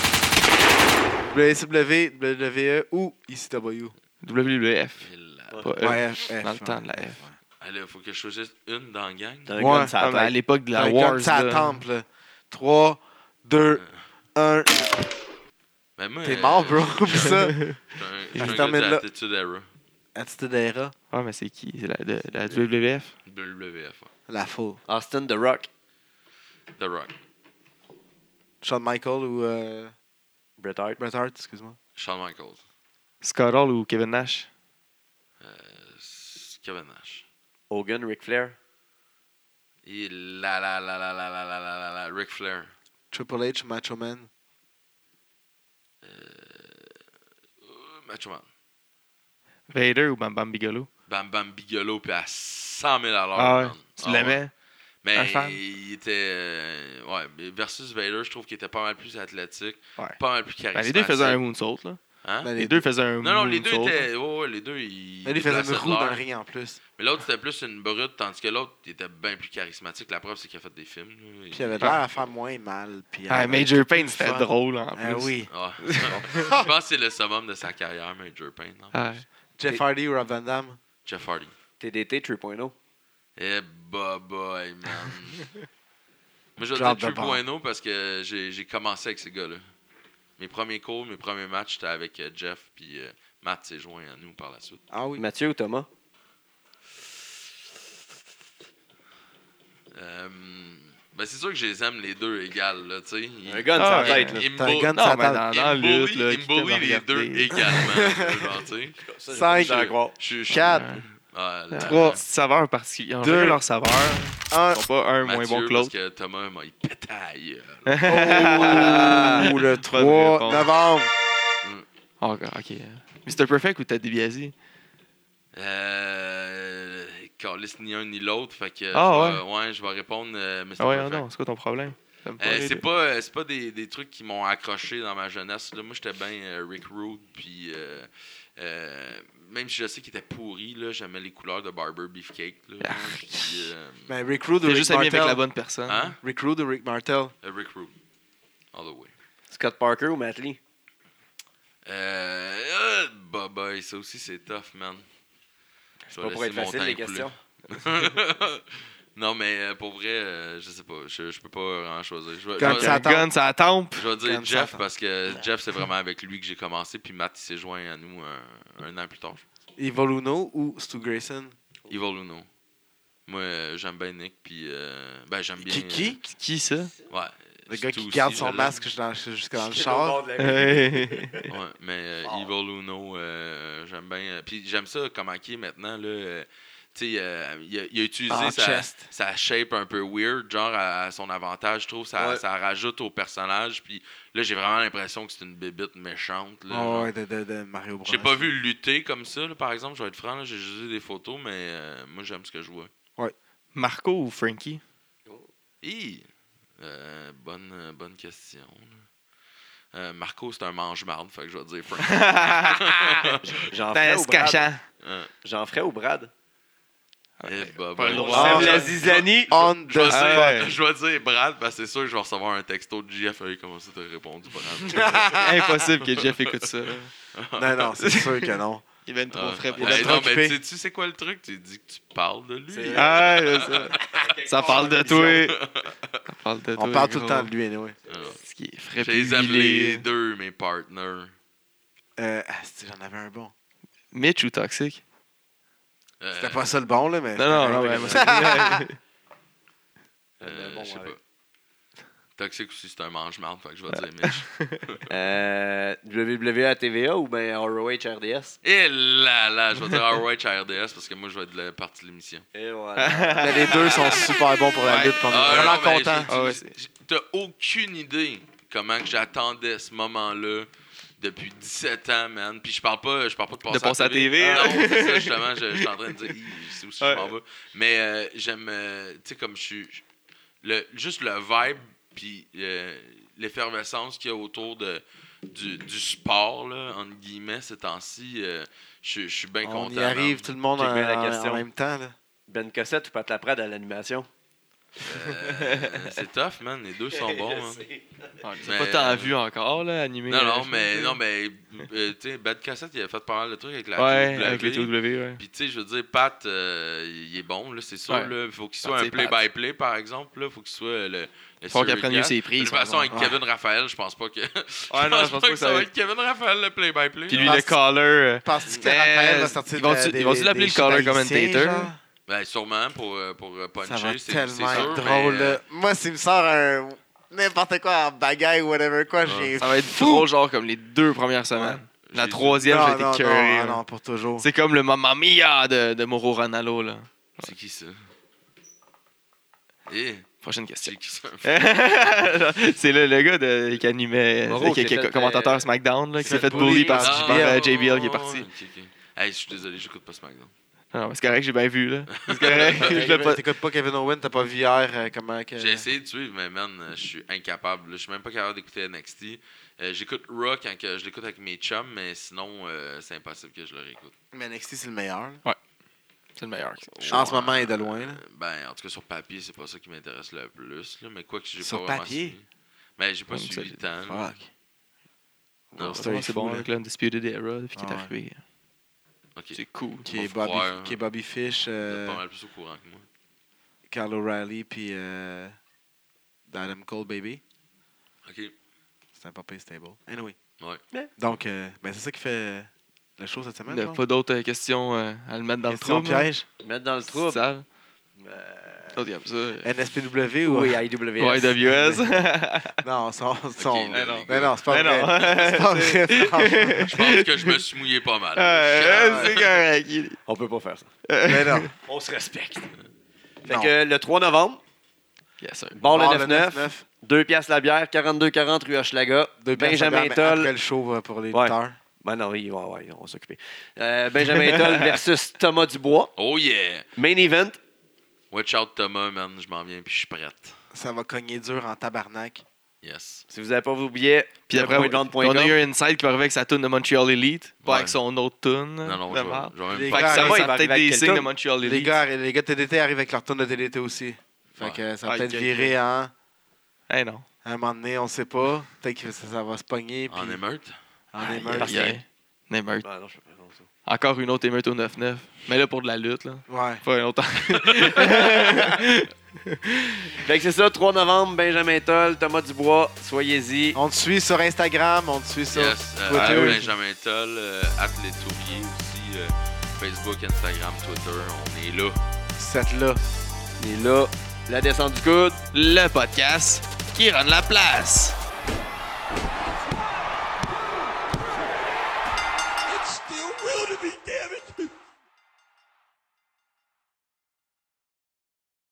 W C W, W W E ou E C W? W W F. Il l'a- Ouais. Pas E. Ouais, F. F, Dans le temps ouais. de la F. Allez, faut que je choisisse une dans la gang. Dans un Ouais. gun, ça Ah, mais à tête. l'époque de la T'as un Wars. gun, ça là. temple, là. trois, deux, un. Ben moi, T'es euh, mort, bro. Puis ça. Je suis un- je Ça suis se un gars termine de là. Attitude Era. Attitude Era, Ah, mais c'est qui? C'est la, de, la W W F? W W F. ouais. la full. Austin The Rock. The Rock. Shawn Michaels ou euh, Bret Hart. Bret Hart, excuse-moi. Shawn Michaels. Scott Hall ou Kevin Nash? Euh, c'est Kevin Nash. Hogan, Ric Flair. Et la la la la la la la la la la Ric Flair. Triple H, Macho Man. Euh, Macho Man. Vader ou Bam Bam Bigelow? Bam Bam Bigelow puis à cent mille à l'heure. Ah ouais. man. Tu Ah l'aimais? ouais. Mais Un fan? il était. euh, ouais, mais versus Vader, je trouve qu'il était pas mal plus athlétique. Ouais. Pas mal plus Ben, charismatique. les deux faisaient un moonsault, là. Hein? Ben, Les deux faisaient un Non, non, les deux moonsault, là. étaient. Oh, les deux, ils. Mais lui, il faisait déplaçaient une de roue dans l'air. le ring en plus. Mais l'autre, c'était plus une brute, tandis que l'autre, il était bien plus charismatique. La preuve, c'est qu'il a fait des films. là. Puis il avait l'air à faire moins mal. Puis Ah, euh, Major Payne, plus c'était fun. drôle, en plus. Ah oui. Ah, je pense que c'est le summum de sa carrière, Major Payne. non? Ah, Jeff Hardy ou Rob Van Damme. Jeff Hardy. T D T trois point oh. Eh, bah, boy, man. Moi, je vais Drop dire the trois point oh parce que j'ai j'ai commencé avec ces gars-là. Mes premiers cours, mes premiers matchs, c'était avec euh, Jeff, puis euh, Matt s'est joint à nous par la suite. Ah oui. Mathieu ou Thomas? Euh, ben, c'est sûr que je les aime les deux égales, là, tu sais. Ils- Un gun, Ah, ça ouais. tête, là. ils me T'as un bull- gun non, sur mais la dans, table. dans la ils me lutte, là, bully- ils qui me t'aime bully les deux regarder. également. genre, tu sais. Ça, j'ai Cinq. pas besoin d'en croire. Je suis. Quatre. Ah, là, Trois. Petite saveur particulière. Ils ont Deux. chacun leur saveur. Un. Ils sont pas un moins Mathieu, bon que parce l'autre. que Thomas, moi, il pétaille. Oh, le Bonne trois réponse. novembre. Oh, ok. mister Perfect ou Ted DiBiase? Euh. Carlis, ni un ni l'autre. Fait que. Ah, je vais- ouais, je vais répondre euh, mister Ah ouais, Perfect. non, c'est quoi ton problème? T'aimes pas Euh, les c'est deux? pas, euh, c'est pas des, des trucs qui m'ont accroché dans ma jeunesse. Là. Moi, j'étais bien euh, Rick Rude, puis euh, euh, même si je sais qu'il était pourri, là, j'aimais les couleurs de Barber Beefcake. Là, Ah. puis, euh, Ben, Rick Rude ou T'es Rick juste ami avec la Martel. bonne personne. hein? Rick Rude ou Rick Martel. Euh, Rick Rude. All the way. Scott Parker ou Matt Lee? Euh, euh, bah, bah, ça aussi, c'est tough, man. Je C'est vais pas pour laisser être mon facile, temps les écouler. questions. Non, mais euh, pour vrai, euh, je sais pas. Je, je peux pas vraiment choisir. Je vais, Quand je vais- ça Un gun, ça tempe. je vais dire Quand ça Jeff attend. parce que Jeff, c'est vraiment avec lui que j'ai commencé. Puis Matt, il s'est joint à nous un, un an plus tard. Evil Uno ou Stu Grayson. Evil Uno. Moi, euh, j'aime bien Nick. Puis, euh, ben, j'aime bien. Qui, qui? Qui- Qui ça? euh, ouais. Le Stu gars qui aussi, garde je son l'aime. masque jusqu'à jusqu'à dans le J'étais au char. bord de la rue. Hey. Ouais, mais euh, Fort. Evil Uno, euh, j'aime bien. euh, Puis j'aime ça comment il est maintenant. Là, euh, tu sais, euh, il, a, il a utilisé En sa, chest. sa shape un peu weird, genre à, à son avantage. Je trouve ça, Ouais. ça rajoute au personnage. Puis là, j'ai vraiment l'impression que c'est une bébite méchante. Là, Oh, genre. ouais, de, de, de Mario Bros. J'ai pas vu lutter comme ça, là, par exemple, je vais être franc, là, j'ai juste vu des photos, mais euh, moi j'aime ce que je vois. Marco ou Frankie? Hi! Euh, bonne, euh, bonne question. là. Euh, Marco, c'est un mange-marde, fait que je vais dire Frank. J'en T'es ferais un au Brad. cachant. Euh, J'en ferais au Brad. eh, bah, pas bah, le je- droit. Sème Ah, la je- zizanie. On the Je vais, spot. dire, ouais. je vais dire Brad, parce que c'est sûr que je vais recevoir un texto de J F. Hey, comment ça t'as répondu, Brad? Impossible que Jeff écoute ça. Non, non, c'est sûr que non. Il va être trop Ah, frais pour Il est hey, trop non, mais occupé. tu sais- tu sais quoi le truc? Tu dis que tu parles de lui. C'est- Ah, c'est ça. Ça parle de toi. Ça parle de toi. On parle tout le gros. temps de lui, anyway. Ah. Ce qui est frais Je les aime puis huilé. les deux, mes partners. Euh, ah, c'est- j'en avais un bon. Mitch ou Toxic? Euh, C'était pas ça le bon, là, mais... Non, non, non, mais ouais, moi, c'est- euh, Bon, je sais ouais. pas. Toxic aussi, c'est un mange-marde, fait que je vais dire Mitch. Euh, W W E à T V A ou bien R O H R D S? Et là, là, je vais dire R O H à R D S parce que moi, je vais être de la partie de l'émission. Et voilà. Mais les deux sont super bons pour la Ouais. lutte. puis On est Ah, vraiment non, mais contents. j'ai- Ah ouais, j'ai- j'ai- T'as aucune idée comment que j'attendais ce moment-là depuis dix-sept ans, man. Puis je parle pas, je parle pas de passer, De passer à la T V, Ah, hein. non, c'est ça, justement, je, je suis en train de dire, Hi, je sais où Ouais. je m'en vais. Mais euh, j'aime, euh, tu sais, comme je suis. je- le- Juste le vibe, puis euh, l'effervescence qu'il y a autour de, du, du sport, là, entre guillemets, ces temps-ci, euh, je je suis bien On content. y arrive man. tout le monde en, Check bien la en- question. en même temps. Là. Ben Cossette ou Pat Laprade à l'animation? Euh, c'est tough, man. Les deux sont bons. Hein. Ah, je Mais, pas tant euh, vu encore, là, animé. Non, euh, non, je mais, pense, non, là. mais euh, tu sais, Bad Cassette, il a fait pas mal de trucs avec la Ouais, W W E. avec les T W, ouais. Puis, tu sais, je veux dire, Pat, euh, il est bon, là, c'est sûr. Ouais. Là. Il faut qu'il Pat, soit un c'est play-by-play, par exemple. Il faut qu'il soit le. le Faut qu'il serious apprenne mieux guy. ses prises. De toute façon, par avec exemple. Kevin Raphaël, je pense pas que. je Ouais, non, je pense pas que ça va être. être Kevin Raphaël, le play-by-play. Puis lui, Ah, le c'est- caller. euh, Penses-tu que Ben, Raphaël va sortir ils vont- de- ils vont-tu des- l'appeler des le color shit haïtiens, commentator? genre? Ben, sûrement pour, euh, pour euh, puncher, Ça va c'est c'est tellement sûr. être drôle. mais, euh, là. Moi, s'il me sort un n'importe quoi en bagaille ou whatever quoi, j'ai Ça va être fou. drôle, genre, comme les deux premières semaines. La J'ai- troisième, non, j'ai non, été non, curé. ah non, pour toujours. C'est comme le Mamma Mia de, de Mauro Ranallo, là. C'est qui ça? Eh, Prochaine question. c'est qui ça? C'est le, le gars de, qui animait, Mauro, qui, qui qui est a fait, commentateur euh, SmackDown, là, qui s'est s'est fait fait bully bully par, par par, J B L. euh, J B L qui est Ah, parti. ok, ok. Hey, je suis désolé, j'écoute pas SmackDown. Non, non, c'est correct, j'ai bien vu, là. C'est correct. je l'ai pas... T'écoutes pas Kevin Owen, t'as pas vu hier euh, comment que... J'ai essayé de suivre, mais man, euh, je suis incapable. là. Je suis même pas capable d'écouter N X T. Euh, J'écoute Raw quand que je l'écoute avec mes chums, mais sinon, euh, c'est impossible que je le réécoute. Mais N X T, c'est le meilleur. là. C'est le meilleur. En ce moment, il est de loin. Là. Ben, en tout cas, sur papier, c'est pas ça qui m'intéresse le plus. Là, mais quoi que j'ai Sur pas vraiment papier? suivi. Ben, j'ai pas Ouais, ça, suivi j'ai- le temps. là. Fuck. Non, Bon, C'est c'est bon, c'est bon fou, avec l'Undisputed Era depuis qu'il est Ah ouais. arrivé. Ok. C'est cool. Qui On est, va Bobby, voir. qui est Bobby Fish, Vous êtes euh, pas mal plus au courant que moi. Kyle O'Reilly, puis euh, Adam Cole, baby. Ok. C'est un papier stable. Anyway. Ouais. Donc, euh, ben, c'est ça qui fait le show cette semaine. Il n'y a genre? pas d'autres euh, questions euh, à le mettre dans Question le trou. piège. Mettre dans le C'est trouble. sale. Euh, L'autre, il aime ça. euh, N S P W ou... Oui, I W S. Ouais, W S. Non, son... son... Ok, Mais non. les Mais gars, non, c'est pas Mais vrai. non. C'est pas vrai, franchement. Je pense que je me suis mouillé pas mal. Ouais, c'est correct. Il- On peut pas faire ça. Mais non. On se respecte. Fait Non. que le trois novembre, Yes, sir. bar Bar le le neuf neuf, deux piastres la bière, quarante-deux quarante rue Hochelaga, Deux piastres Benjamin de bière, mais Toll. après le show euh, pour les Ouais. lutteurs. Ben non, oui, ouais, ouais, on va s'occuper. Euh, Benjamin Toll versus Thomas Dubois. Oh yeah! Main event. Watch out Thomas, man. Je m'en viens puis je suis prête. Ça va cogner dur en tabarnak. Yes. Si vous n'avez pas vos billets, Puis après, on a eu un inside qui va arriver avec sa tune de Montreal Elite, pas Ouais. avec son autre tune. Non, non, de je vais, merde. je vais même Les Fait pas. que gars, ça il va, va il y a arriver peut-être avec des quel signes de tune? Montreal Elite. Les gars, les gars de T D T arrivent avec leur tourne de T D T aussi. Fait Ouais. que ça va Ah, peut-être ok, ok. virer en... Eh non. À un moment donné, on sait pas. Peut-être que ça, ça va se pogner. Puis En émeute? en Ah, émeute. yeah. Une émeute. Ah, non, je fais pas ça. Encore une autre émeute au neuf neuf. Mais là, pour de la lutte, là. Ouais. Pas un autre. Fait que c'est ça, trois novembre, Benjamin Toll, Thomas Dubois, soyez-y. On te suit sur Instagram, on te suit sur Yes. Euh, Twitter. à Benjamin Toll, euh, at les Touriers aussi. euh, Facebook, Instagram, Twitter. On est là. cette là. Et là, la descente du coude. Le podcast qui rend la place.